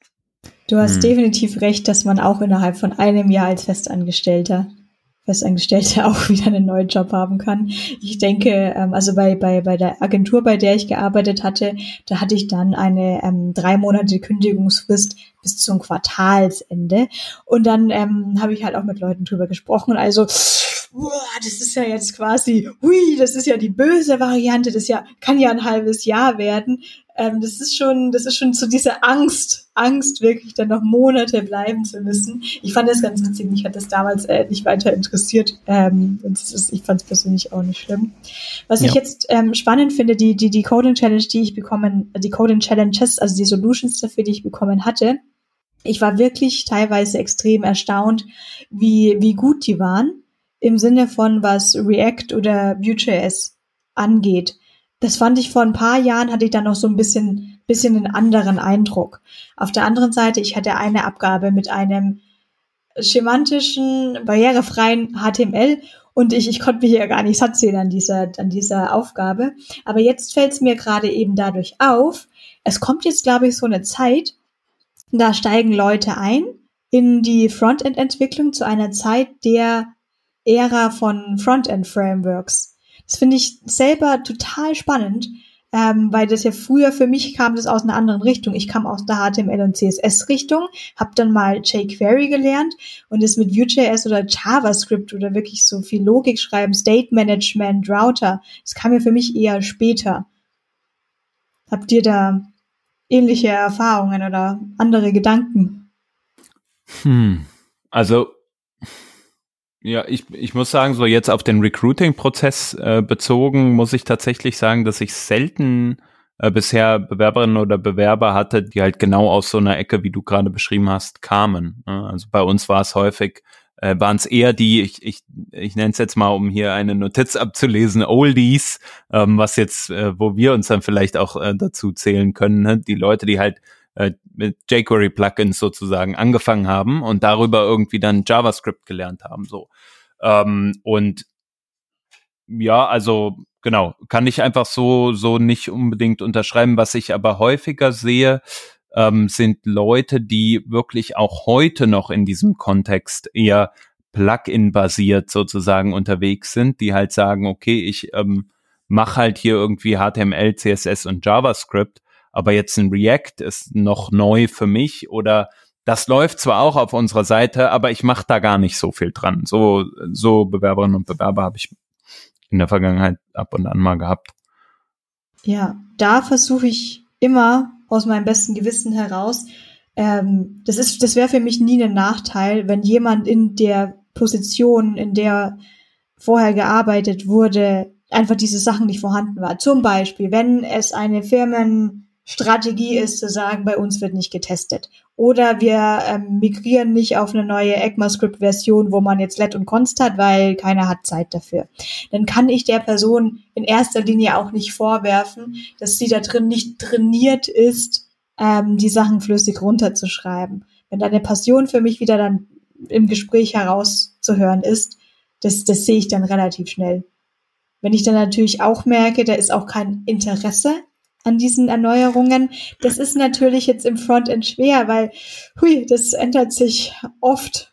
Du hast Hm. definitiv recht, dass man auch innerhalb von einem Jahr als Festangestellter Festangestellte auch wieder einen neuen Job haben kann. Ich denke, ähm, also bei, bei, bei der Agentur, bei der ich gearbeitet hatte, da hatte ich dann eine ähm, drei Monate Kündigungsfrist bis zum Quartalsende. Und dann ähm, habe ich halt auch mit Leuten drüber gesprochen. Also, uah, das ist ja jetzt quasi, hui, das ist ja die böse Variante, das ja kann ja ein halbes Jahr werden. Ähm, das ist schon, das ist schon so diese Angst, Angst wirklich dann noch Monate bleiben zu müssen. Ich fand das ganz witzig, mich hat das damals äh, nicht weiter interessiert. Ähm, und das ist, ich fand es persönlich auch nicht schlimm. Was Ja. ich jetzt ähm, spannend finde, die die die Coding Challenge, die ich bekommen, die Coding Challenges, also die Solutions dafür, die ich bekommen hatte, ich war wirklich teilweise extrem erstaunt, wie wie gut die waren im Sinne von was React oder Vue.js angeht. Das fand ich vor ein paar Jahren, hatte ich dann noch so ein bisschen, bisschen einen anderen Eindruck. Auf der anderen Seite, ich hatte eine Abgabe mit einem schemantischen, barrierefreien H T M L und ich, ich konnte mich ja gar nicht satt sehen an dieser, an dieser Aufgabe. Aber jetzt fällt es mir gerade eben dadurch auf, es kommt jetzt, glaube ich, so eine Zeit, da steigen Leute ein in die Frontend-Entwicklung zu einer Zeit der Ära von Frontend-Frameworks. Das finde ich selber total spannend, ähm, weil das ja früher für mich kam das aus einer anderen Richtung. Ich kam aus der H T M L- und C S S-Richtung, habe dann mal jQuery gelernt und das mit Vue.js oder JavaScript oder wirklich so viel Logik schreiben, State Management, Router, das kam ja für mich eher später. Habt ihr da ähnliche Erfahrungen oder andere Gedanken? Hm. Also ja, ich, ich muss sagen, so jetzt auf den Recruiting-Prozess äh, bezogen, muss ich tatsächlich sagen, dass ich selten äh, bisher Bewerberinnen oder Bewerber hatte, die halt genau aus so einer Ecke, wie du gerade beschrieben hast, kamen. Also bei uns war es häufig, äh, waren es eher die, ich, ich, ich nenne es jetzt mal, um hier eine Notiz abzulesen, Oldies, ähm, was jetzt, äh, wo wir uns dann vielleicht auch äh, dazu zählen können, ne? Die Leute, die halt mit jQuery-Plugins sozusagen angefangen haben und darüber irgendwie dann JavaScript gelernt haben, so. Ähm, und ja, also genau, kann ich einfach so so nicht unbedingt unterschreiben. Was ich aber häufiger sehe, ähm, sind Leute, die wirklich auch heute noch in diesem Kontext eher Plugin-basiert sozusagen unterwegs sind, die halt sagen, okay, ich ähm, mache halt hier irgendwie H T M L, C S S und JavaScript, aber jetzt ein React ist noch neu für mich oder das läuft zwar auch auf unserer Seite, aber ich mache da gar nicht so viel dran. So, so Bewerberinnen und Bewerber habe ich in der Vergangenheit ab und an mal gehabt. Ja, da versuche ich immer aus meinem besten Gewissen heraus, ähm, das ist, das wäre für mich nie ein Nachteil, wenn jemand in der Position, in der vorher gearbeitet wurde, einfach diese Sachen nicht vorhanden war. Zum Beispiel, wenn es eine Firmenstrategie ist, zu sagen, bei uns wird nicht getestet. Oder wir ähm, migrieren nicht auf eine neue ECMAScript-Version, wo man jetzt Let und Const hat, weil keiner hat Zeit dafür. Dann kann ich der Person in erster Linie auch nicht vorwerfen, dass sie da drin nicht trainiert ist, ähm, die Sachen flüssig runterzuschreiben. Wenn da eine Passion für mich wieder dann im Gespräch herauszuhören ist, das, das sehe ich dann relativ schnell. Wenn ich dann natürlich auch merke, da ist auch kein Interesse an diesen Erneuerungen. Das ist natürlich jetzt im Frontend schwer, weil, hui, das ändert sich oft.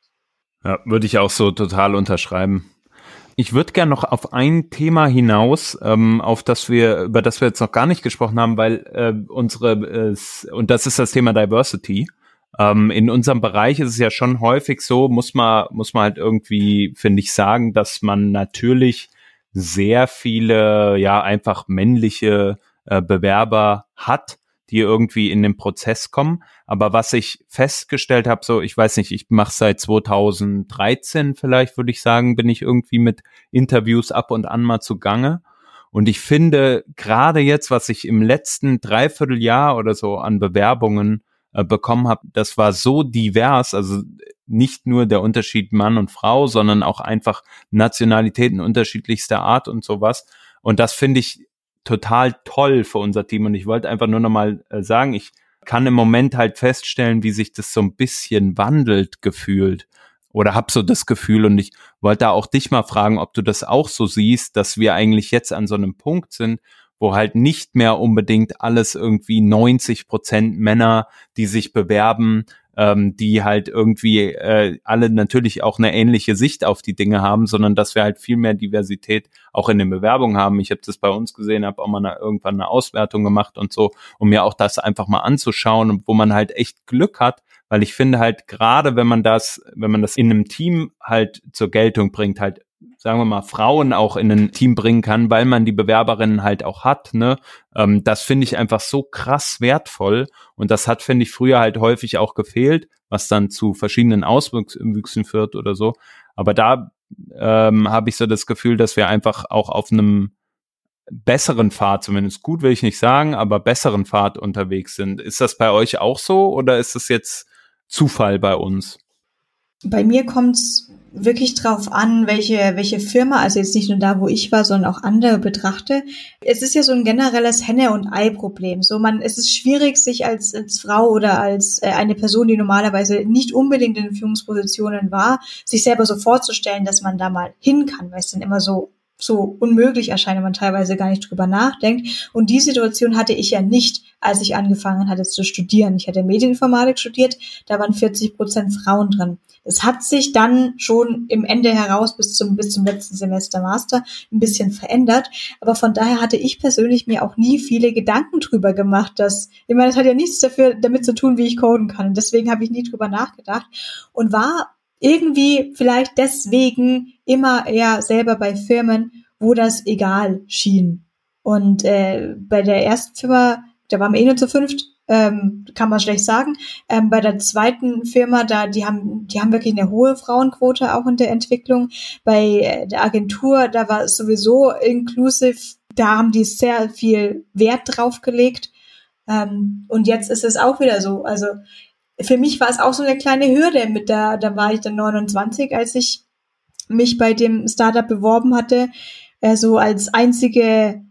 Ja, würde ich auch so total unterschreiben. Ich würde gerne noch auf ein Thema hinaus, ähm, auf das wir, über das wir jetzt noch gar nicht gesprochen haben, weil äh, unsere, äh, und das ist das Thema Diversity. Ähm, in unserem Bereich ist es ja schon häufig so, muss man, muss man halt irgendwie, finde ich, sagen, dass man natürlich sehr viele, ja, einfach männliche äh, Bewerber hat, die irgendwie in den Prozess kommen. Aber was ich festgestellt habe, so, ich weiß nicht, ich mache seit zweitausenddreizehn vielleicht, würde ich sagen, bin ich irgendwie mit Interviews ab und an mal zugange. Und ich finde, gerade jetzt, was ich im letzten Dreivierteljahr oder so an Bewerbungen äh, bekommen habe, das war so divers, also nicht nur der Unterschied Mann und Frau, sondern auch einfach Nationalitäten unterschiedlichster Art und sowas. Und das finde ich total toll für unser Team. Und ich wollte einfach nur nochmal äh, sagen, ich kann im Moment halt feststellen, wie sich das so ein bisschen wandelt gefühlt. Oder hab so das Gefühl, und ich wollte da auch dich mal fragen, ob du das auch so siehst, dass wir eigentlich jetzt an so einem Punkt sind, wo halt nicht mehr unbedingt alles irgendwie neunzig Prozent Männer, die sich bewerben, ähm, die halt irgendwie äh, alle natürlich auch eine ähnliche Sicht auf die Dinge haben, sondern dass wir halt viel mehr Diversität auch in den Bewerbungen haben. Ich habe das bei uns gesehen, habe auch mal eine, irgendwann eine Auswertung gemacht und so, um mir auch das einfach mal anzuschauen, und wo man halt echt Glück hat, weil ich finde halt, gerade wenn man das, wenn man das in einem Team halt zur Geltung bringt, halt, sagen wir mal, Frauen auch in ein Team bringen kann, weil man die Bewerberinnen halt auch hat, ne, ähm, das finde ich einfach so krass wertvoll, und das hat, finde ich, früher halt häufig auch gefehlt, was dann zu verschiedenen Auswüchsen führt oder so, aber da ähm, habe ich so das Gefühl, dass wir einfach auch auf einem besseren Pfad, zumindest gut will ich nicht sagen, aber besseren Pfad unterwegs sind. Ist das bei euch auch so, oder ist es jetzt Zufall bei uns? Bei mir kommt es wirklich drauf an, welche welche Firma, also jetzt nicht nur da, wo ich war, sondern auch andere betrachte. Es ist ja so ein generelles Henne- und Ei-Problem. So, man, es ist schwierig, sich als als Frau oder als äh, eine Person, die normalerweise nicht unbedingt in Führungspositionen war, sich selber so vorzustellen, dass man da mal hin kann, weil es dann immer so so unmöglich erscheint, wenn man teilweise gar nicht drüber nachdenkt. Und die Situation hatte ich ja nicht, als ich angefangen hatte zu studieren. Ich hatte Medieninformatik studiert, da waren vierzig Prozent Frauen drin. Das hat sich dann schon im Ende heraus bis zum, bis zum letzten Semester Master ein bisschen verändert. Aber von daher hatte ich persönlich mir auch nie viele Gedanken drüber gemacht, dass, ich meine, das hat ja nichts dafür, damit zu tun, wie ich coden kann. Und deswegen habe ich nie drüber nachgedacht und war irgendwie vielleicht deswegen immer eher selber bei Firmen, wo das egal schien. Und äh, bei der ersten Firma, da waren wir eh nur zu fünft, ähm, kann man schlecht sagen. Ähm, bei der zweiten Firma, da die haben die haben wirklich eine hohe Frauenquote auch in der Entwicklung. Bei äh, der Agentur, da war es sowieso inclusive, da haben die sehr viel Wert drauf gelegt. Ähm, und jetzt ist es auch wieder so. Also für mich war es auch so eine kleine Hürde mit der, da war ich dann neunundzwanzig, als ich mich bei dem Startup beworben hatte, äh, so als einzige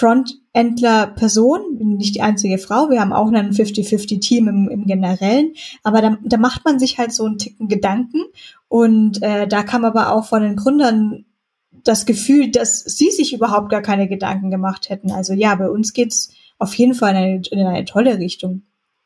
Frontendler-Person, nicht die einzige Frau, wir haben auch ein fünfzig fünfzig Team im, im Generellen, aber da, da macht man sich halt so einen Ticken Gedanken, und äh, da kam aber auch von den Gründern das Gefühl, dass sie sich überhaupt gar keine Gedanken gemacht hätten. Also ja, bei uns geht's auf jeden Fall in eine, in eine tolle Richtung.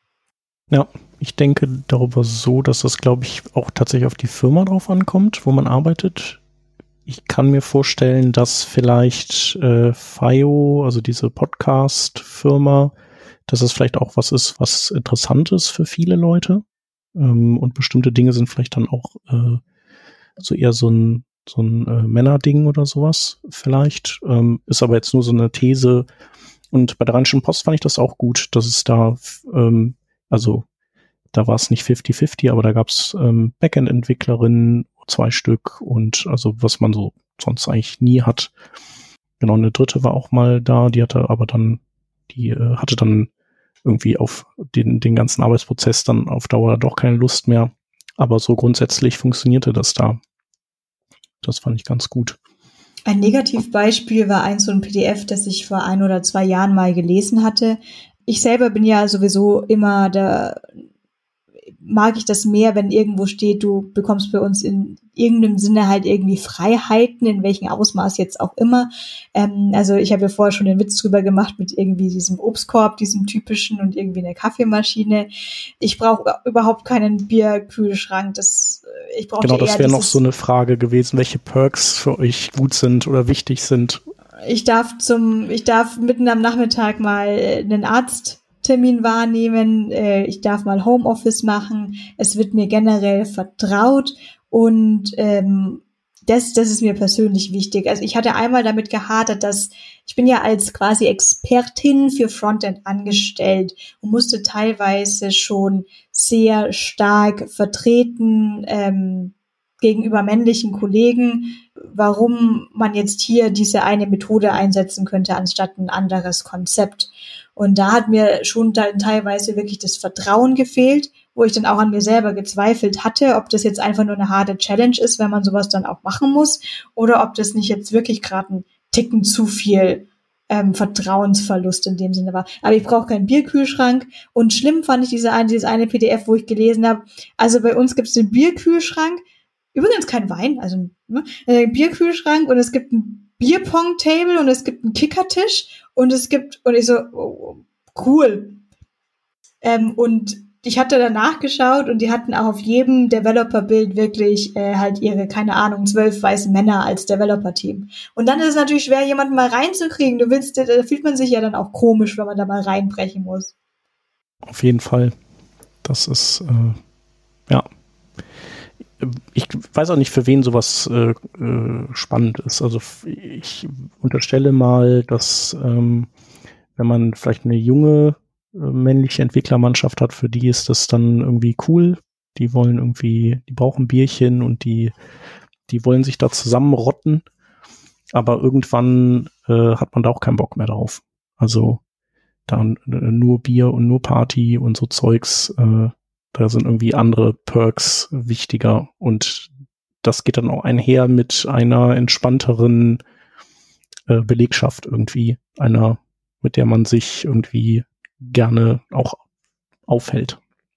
Ja, ich denke darüber so, dass das, glaube ich, auch tatsächlich auf die Firma drauf ankommt, wo man arbeitet. Ich kann mir vorstellen, dass vielleicht äh, F I O, also diese Podcast-Firma, dass das vielleicht auch was ist, was interessant ist für viele Leute. Ähm, und bestimmte Dinge sind vielleicht dann auch äh, so eher so ein, so ein äh, Männerding oder sowas vielleicht. Ähm, ist aber jetzt nur so eine These. Und bei der Rheinischen Post fand ich das auch gut, dass es da ähm, Also da war es nicht fünfzig fünfzig, aber da gab es ähm, Backend-Entwicklerinnen, zwei Stück, und also was man so sonst eigentlich nie hat. Genau, eine dritte war auch mal da, die hatte aber dann, die äh, hatte dann irgendwie auf den, den ganzen Arbeitsprozess dann auf Dauer doch keine Lust mehr. Aber so grundsätzlich funktionierte das da. Das fand ich ganz gut. Ein Negativbeispiel war eins so ein P D F, das ich vor ein oder zwei Jahren mal gelesen hatte. Ich selber bin ja sowieso immer der, mag ich das mehr, wenn irgendwo steht, du bekommst bei uns in irgendeinem Sinne halt irgendwie Freiheiten, in welchem Ausmaß jetzt auch immer. Ähm, also ich habe ja vorher schon den Witz drüber gemacht mit irgendwie diesem Obstkorb, diesem typischen und irgendwie eine Kaffeemaschine. Ich brauche überhaupt keinen Bierkühlschrank. Das, ich brauche genau, eher das wäre noch so eine Frage gewesen, welche Perks für euch gut sind oder wichtig sind. Ich darf zum, ich darf mitten am Nachmittag mal einen Arzttermin wahrnehmen. Ich darf mal Homeoffice machen. Es wird mir generell vertraut und ähm, das, das ist mir persönlich wichtig. Also ich hatte einmal damit gehadert, dass ich bin ja als quasi Expertin für Frontend angestellt und musste teilweise schon sehr stark vertreten ähm, gegenüber männlichen Kollegen, warum man jetzt hier diese eine Methode einsetzen könnte, anstatt ein anderes Konzept. Und da hat mir schon dann teilweise wirklich das Vertrauen gefehlt, wo ich dann auch an mir selber gezweifelt hatte, ob das jetzt einfach nur eine harte Challenge ist, wenn man sowas dann auch machen muss, oder ob das nicht jetzt wirklich gerade ein Ticken zu viel ähm, Vertrauensverlust in dem Sinne war. Aber ich brauche keinen Bierkühlschrank. Und schlimm fand ich diese eine, dieses eine P D F, wo ich gelesen habe, also bei uns gibt es den Bierkühlschrank, übrigens kein Wein, also ne, äh, Bierkühlschrank und es gibt ein Bierpong-Table und es gibt einen Kickertisch und es gibt, und ich so, oh, cool. Ähm, und ich hatte danach geschaut und die hatten auch auf jedem Developer-Bild wirklich äh, halt ihre, keine Ahnung, zwölf weiße Männer als Developer-Team. Und dann ist es natürlich schwer, jemanden mal reinzukriegen. Du willst, da fühlt man sich ja dann auch komisch, wenn man da mal reinbrechen muss. Auf jeden Fall. Das ist, äh, ja. Ich weiß auch nicht, für wen sowas äh, äh, spannend ist. Also ich unterstelle mal, dass ähm, wenn man vielleicht eine junge äh, männliche Entwicklermannschaft hat, für die ist das dann irgendwie cool. Die wollen irgendwie, die brauchen Bierchen und die, die wollen sich da zusammenrotten. Aber irgendwann äh, hat man da auch keinen Bock mehr drauf. Also dann äh, nur Bier und nur Party und so Zeugs. Äh, Da sind irgendwie andere Perks wichtiger und das geht dann auch einher mit einer entspannteren äh, Belegschaft irgendwie, einer, mit der man sich irgendwie gerne auch aufhält.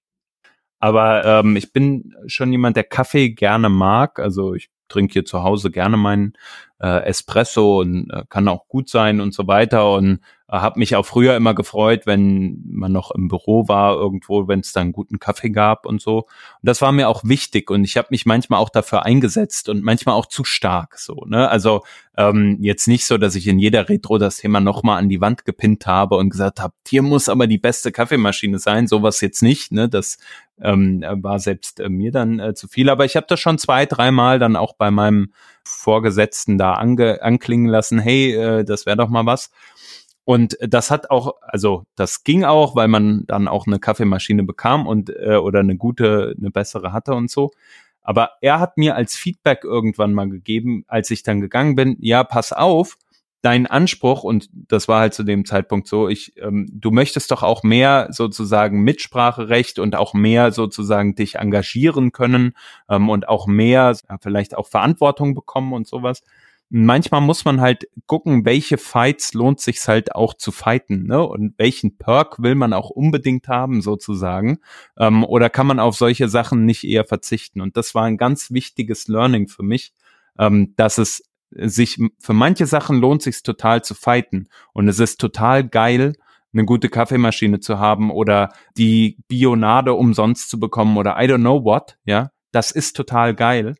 Aber ähm, ich bin schon jemand, der Kaffee gerne mag, also ich trinke hier zu Hause gerne meinen äh, Espresso und äh, kann auch gut sein und so weiter und äh, habe mich auch früher immer gefreut, wenn man noch im Büro war irgendwo, wenn es da einen guten Kaffee gab und so. Und das war mir auch wichtig und ich habe mich manchmal auch dafür eingesetzt und manchmal auch zu stark so, ne? Also ähm, jetzt nicht so, dass ich in jeder Retro das Thema nochmal an die Wand gepinnt habe und gesagt habe, hier muss aber die beste Kaffeemaschine sein, sowas jetzt nicht, ne? Das ähm, war selbst äh, mir dann äh, zu viel, aber ich habe das schon zwei, dreimal dann auch bei meinem Vorgesetzten da ange, anklingen lassen, hey, äh, das wäre doch mal was. Und das hat auch, also das ging auch, weil man dann auch eine Kaffeemaschine bekam und äh, oder eine gute, eine bessere hatte und so. Aber er hat mir als Feedback irgendwann mal gegeben, als ich dann gegangen bin, ja, pass auf, dein Anspruch, und das war halt zu dem Zeitpunkt so, ich, ähm, du möchtest doch auch mehr sozusagen Mitspracherecht und auch mehr sozusagen dich engagieren können ähm, und auch mehr, ja, vielleicht auch Verantwortung bekommen und sowas. Manchmal muss man halt gucken, welche Fights lohnt sich's halt auch zu fighten, ne? Und welchen Perk will man auch unbedingt haben sozusagen, ähm, oder kann man auf solche Sachen nicht eher verzichten? Und das war ein ganz wichtiges Learning für mich, ähm, dass es sich für manche Sachen lohnt sich's total zu fighten und es ist total geil, eine gute Kaffeemaschine zu haben oder die Bionade umsonst zu bekommen oder I don't know what, ja, das ist total geil.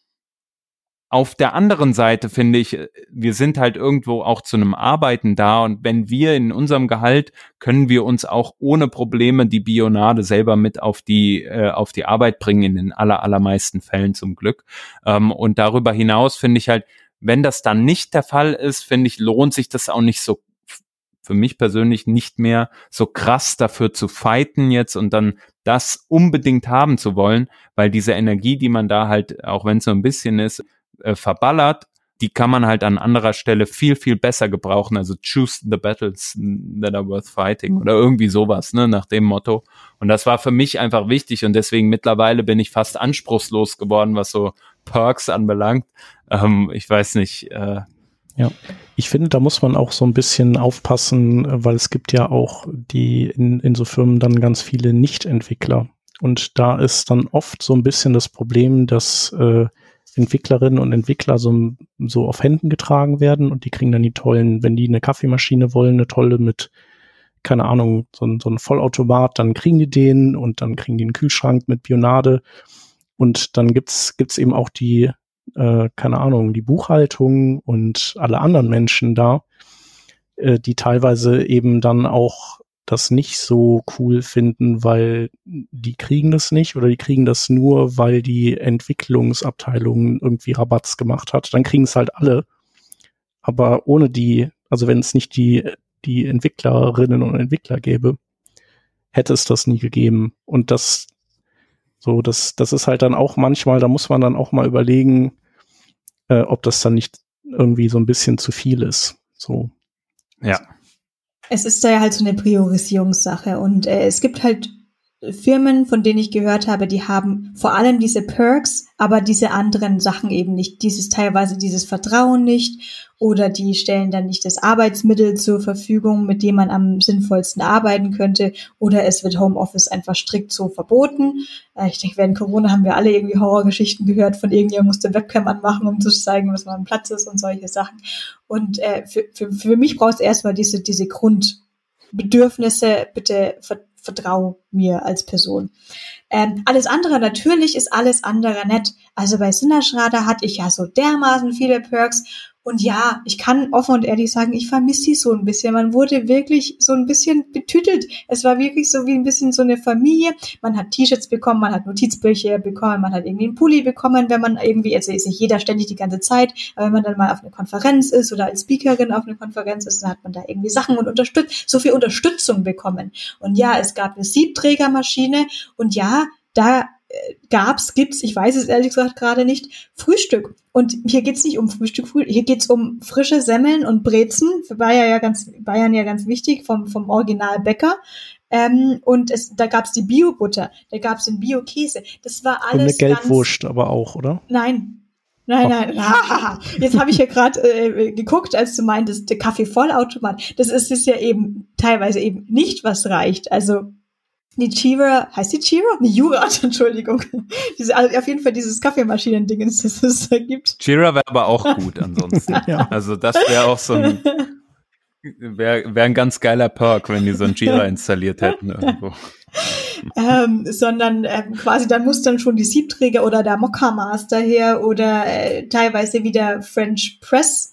Auf der anderen Seite finde ich, wir sind halt irgendwo auch zu einem Arbeiten da und wenn wir in unserem Gehalt, können wir uns auch ohne Probleme die Bionade selber mit auf die äh, auf die Arbeit bringen, in den aller, allermeisten Fällen zum Glück. Ähm, und darüber hinaus finde ich halt, wenn das dann nicht der Fall ist, finde ich, lohnt sich das auch nicht so, für mich persönlich nicht mehr so krass dafür zu fighten jetzt und dann das unbedingt haben zu wollen, weil diese Energie, die man da halt, auch wenn es so ein bisschen ist, äh, verballert, die kann man halt an anderer Stelle viel, viel besser gebrauchen. Also choose the battles that are worth fighting oder irgendwie sowas, ne, nach dem Motto. Und das war für mich einfach wichtig und deswegen mittlerweile bin ich fast anspruchslos geworden, was so Perks anbelangt. Ähm, ich weiß nicht. Äh, ja, ich finde, da muss man auch so ein bisschen aufpassen, weil es gibt ja auch die in, in so Firmen dann ganz viele Nicht-Entwickler. Und da ist dann oft so ein bisschen das Problem, dass äh, Entwicklerinnen und Entwickler so, so auf Händen getragen werden und die kriegen dann die tollen, wenn die eine Kaffeemaschine wollen, eine tolle mit, keine Ahnung, so ein, so ein Vollautomat, dann kriegen die den und dann kriegen die einen Kühlschrank mit Bionade und dann gibt's gibt's eben auch die, äh, keine Ahnung, die Buchhaltung und alle anderen Menschen da, äh, die teilweise eben dann auch das nicht so cool finden, weil die kriegen das nicht oder die kriegen das nur, weil die Entwicklungsabteilung irgendwie Rabatz gemacht hat. Dann kriegen es halt alle. Aber ohne die, also wenn es nicht die, die Entwicklerinnen und Entwickler gäbe, hätte es das nie gegeben. Und das, so, das, das ist halt dann auch manchmal, da muss man dann auch mal überlegen, äh, ob das dann nicht irgendwie so ein bisschen zu viel ist. So. Ja. Es ist da ja halt so eine Priorisierungssache und äh, es gibt halt Firmen, von denen ich gehört habe, die haben vor allem diese Perks, aber diese anderen Sachen eben nicht. Dieses teilweise dieses Vertrauen nicht oder die stellen dann nicht das Arbeitsmittel zur Verfügung, mit dem man am sinnvollsten arbeiten könnte oder es wird Homeoffice einfach strikt so verboten. Äh, ich denke, während Corona haben wir alle irgendwie Horrorgeschichten gehört, von irgendjemand musste Webcam anmachen, um zu zeigen, was man am Platz ist und solche Sachen. Und äh, für, für, für mich braucht es erstmal diese, diese Grundbedürfnisse, bitte ver- vertrau mir als Person. Ähm, alles andere, natürlich ist alles andere nett. Also bei Sinnerschrader hatte ich ja so dermaßen viele Perks. Und ja, ich kann offen und ehrlich sagen, ich vermisse sie so ein bisschen. Man wurde wirklich so ein bisschen betütelt. Es war wirklich so wie ein bisschen so eine Familie. Man hat T-Shirts bekommen, man hat Notizbücher bekommen, man hat irgendwie einen Pulli bekommen, wenn man irgendwie, also ist nicht jeder ständig die ganze Zeit, aber wenn man dann mal auf eine Konferenz ist oder als Speakerin auf eine Konferenz ist, dann hat man da irgendwie Sachen und unterstützt, so viel Unterstützung bekommen. Und ja, es gab eine Siebträgermaschine und ja, da gab's, gibt's, ich weiß es ehrlich gesagt gerade nicht, Frühstück. Und hier geht's nicht um Frühstück, hier geht's um frische Semmeln und Brezen, für Bayern ja ganz, Bayern ja ganz wichtig, vom, vom Originalbäcker. Ähm, und es, da gab's die Bio-Butter, da gab's den Bio-Käse. Das war alles. Und eine Gelbwurst aber auch, oder? Nein. Nein, nein, ah, jetzt habe ich ja gerade äh, geguckt, als du meintest, der Kaffee-Vollautomat. Das ist es ja eben teilweise eben nicht, was reicht. Also die Jira, heißt die Jira? Die Jura, Entschuldigung. Diese, also auf jeden Fall dieses Kaffeemaschinen-Dingens, das es da gibt. Jira wäre aber auch gut ansonsten. Ja. Also das wäre auch so ein, wäre wär ein ganz geiler Perk, wenn die so ein Jira installiert hätten irgendwo. ähm, sondern ähm, quasi dann muss dann schon die Siebträger oder der Mokka Master her oder äh, teilweise wieder French Press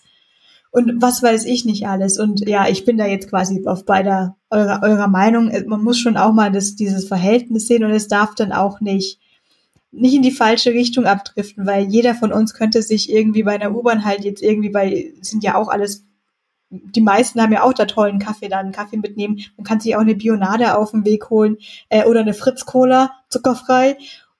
und was weiß ich nicht alles. Und ja, ich bin da jetzt quasi auf beider eurer, eurer Meinung. Man muss schon auch mal das, dieses Verhältnis sehen und es darf dann auch nicht, nicht in die falsche Richtung abdriften, weil jeder von uns könnte sich irgendwie bei einer U-Bahn halt jetzt irgendwie bei, sind ja auch alles, die meisten haben ja auch da tollen Kaffee, da einen Kaffee mitnehmen. Man kann sich auch eine Bionade auf den Weg holen äh, oder eine Fritz-Cola, zuckerfrei.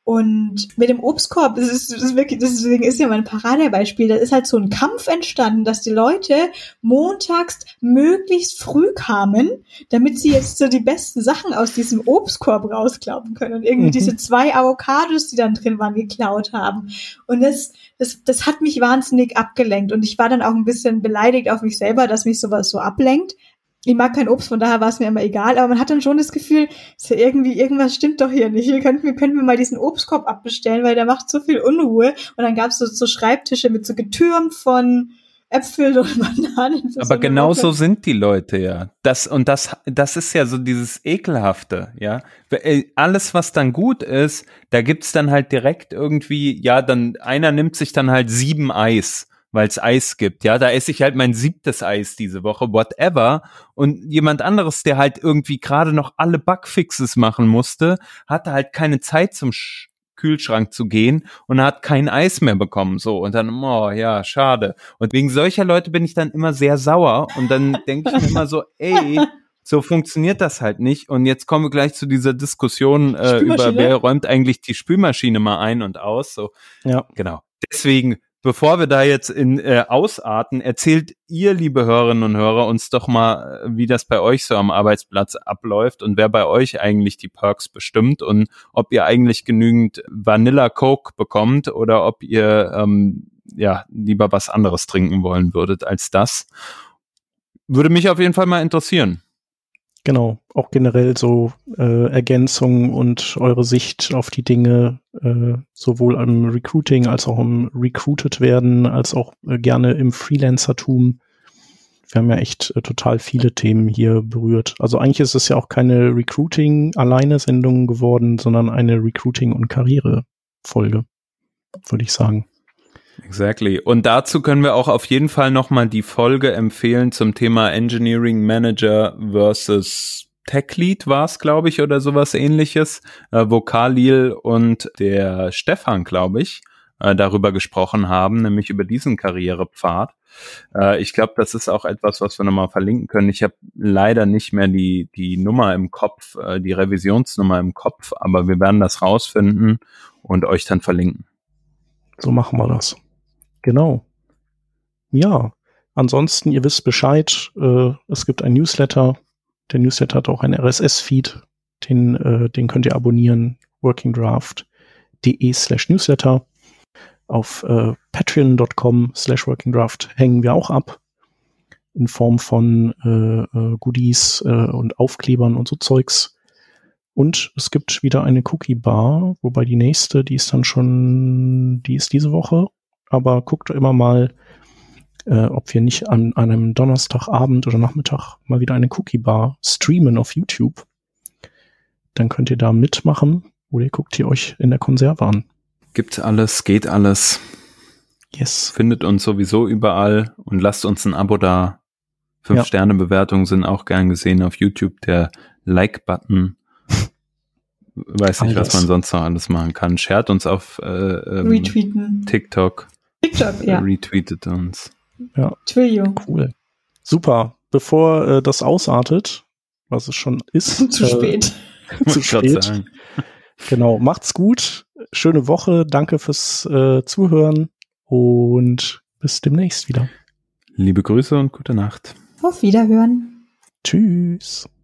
Und mit dem Obstkorb, das ist, das ist wirklich, deswegen ist ja mein Paradebeispiel, da ist halt so ein Kampf entstanden, dass die Leute montags möglichst früh kamen, damit sie jetzt so die besten Sachen aus diesem Obstkorb rausklauen können und irgendwie mhm. diese zwei Avocados, die dann drin waren, geklaut haben. Und das, das, das hat mich wahnsinnig abgelenkt und ich war dann auch ein bisschen beleidigt auf mich selber, dass mich sowas so ablenkt. Ich mag kein Obst, von daher war es mir immer egal, aber man hat dann schon das Gefühl, ist ja irgendwie, irgendwas stimmt doch hier nicht. Hier könnten wir, könnten wir mal diesen Obstkorb abbestellen, weil der macht so viel Unruhe. Und dann gab es so, so Schreibtische mit so getürmt von Äpfeln und Bananen. Aber so genau so sind die Leute ja. Das, und das, das ist ja so dieses Ekelhafte, ja. Alles, was dann gut ist, da gibt's dann halt direkt irgendwie, ja, dann, einer nimmt sich dann halt sieben Eis, weil es Eis gibt, ja, da esse ich halt mein siebtes Eis diese Woche, whatever, und jemand anderes, der halt irgendwie gerade noch alle Bugfixes machen musste, hatte halt keine Zeit zum Sch- Kühlschrank zu gehen und hat kein Eis mehr bekommen, so, und dann, oh, ja, schade, und wegen solcher Leute bin ich dann immer sehr sauer und dann denke ich mir immer so, ey, so funktioniert das halt nicht, und jetzt kommen wir gleich zu dieser Diskussion äh, über, wer räumt eigentlich die Spülmaschine mal ein und aus, so, ja, genau, deswegen, bevor wir da jetzt in äh, ausarten, erzählt ihr, liebe Hörerinnen und Hörer, uns doch mal, wie das bei euch so am Arbeitsplatz abläuft und wer bei euch eigentlich die Perks bestimmt und ob ihr eigentlich genügend Vanilla Coke bekommt oder ob ihr ähm, ja lieber was anderes trinken wollen würdet als das. Würde mich auf jeden Fall mal interessieren. Genau, auch generell so äh, Ergänzungen und eure Sicht auf die Dinge, äh, sowohl im Recruiting als auch im Recruited werden, als auch äh, gerne im Freelancertum. Wir haben ja echt äh, total viele Themen hier berührt. Also eigentlich ist es ja auch keine Recruiting-Alleine-Sendung geworden, sondern eine Recruiting- und Karriere-Folge, würde ich sagen. Exactly. Und dazu können wir auch auf jeden Fall nochmal die Folge empfehlen zum Thema Engineering Manager versus Tech Lead war es, glaube ich, oder sowas ähnliches, äh, wo Khalil und der Stefan, glaube ich, äh, darüber gesprochen haben, nämlich über diesen Karrierepfad. Äh, ich glaube, das ist auch etwas, was wir nochmal verlinken können. Ich habe leider nicht mehr die, die Nummer im Kopf, äh, die Revisionsnummer im Kopf, aber wir werden das rausfinden und euch dann verlinken. So machen wir das. Genau. Ja, ansonsten, ihr wisst Bescheid, äh, es gibt ein Newsletter. Der Newsletter hat auch einen R S S-Feed. Den, äh, den könnt ihr abonnieren. workingdraft.de slash Newsletter. Auf äh, patreon.com slash workingdraft hängen wir auch ab. In Form von äh, äh, Goodies äh, und Aufklebern und so Zeugs. Und es gibt wieder eine Cookie-Bar, wobei die nächste, die ist dann schon, die ist diese Woche. Aber guckt immer mal, äh, ob wir nicht an, an einem Donnerstagabend oder Nachmittag mal wieder eine Cookie-Bar streamen auf YouTube. Dann könnt ihr da mitmachen oder ihr guckt ihr euch in der Konserve an. Gibt alles, geht alles. Yes. Findet uns sowieso überall und lasst uns ein Abo da. Fünf-Sterne-Bewertungen sind auch gern gesehen auf YouTube. Der Like-Button. Weiß nicht, alles, was man sonst noch alles machen kann. Shared uns auf äh, ähm, Retweeten. TikTok. TikTok, ja. Retweetet uns. Ja. Twilio. Cool. Super. Bevor äh, das ausartet, was es schon ist. Zu äh, spät. zu spät. Genau. Macht's gut. Schöne Woche. Danke fürs äh, Zuhören und bis demnächst wieder. Liebe Grüße und gute Nacht. Auf Wiederhören. Tschüss.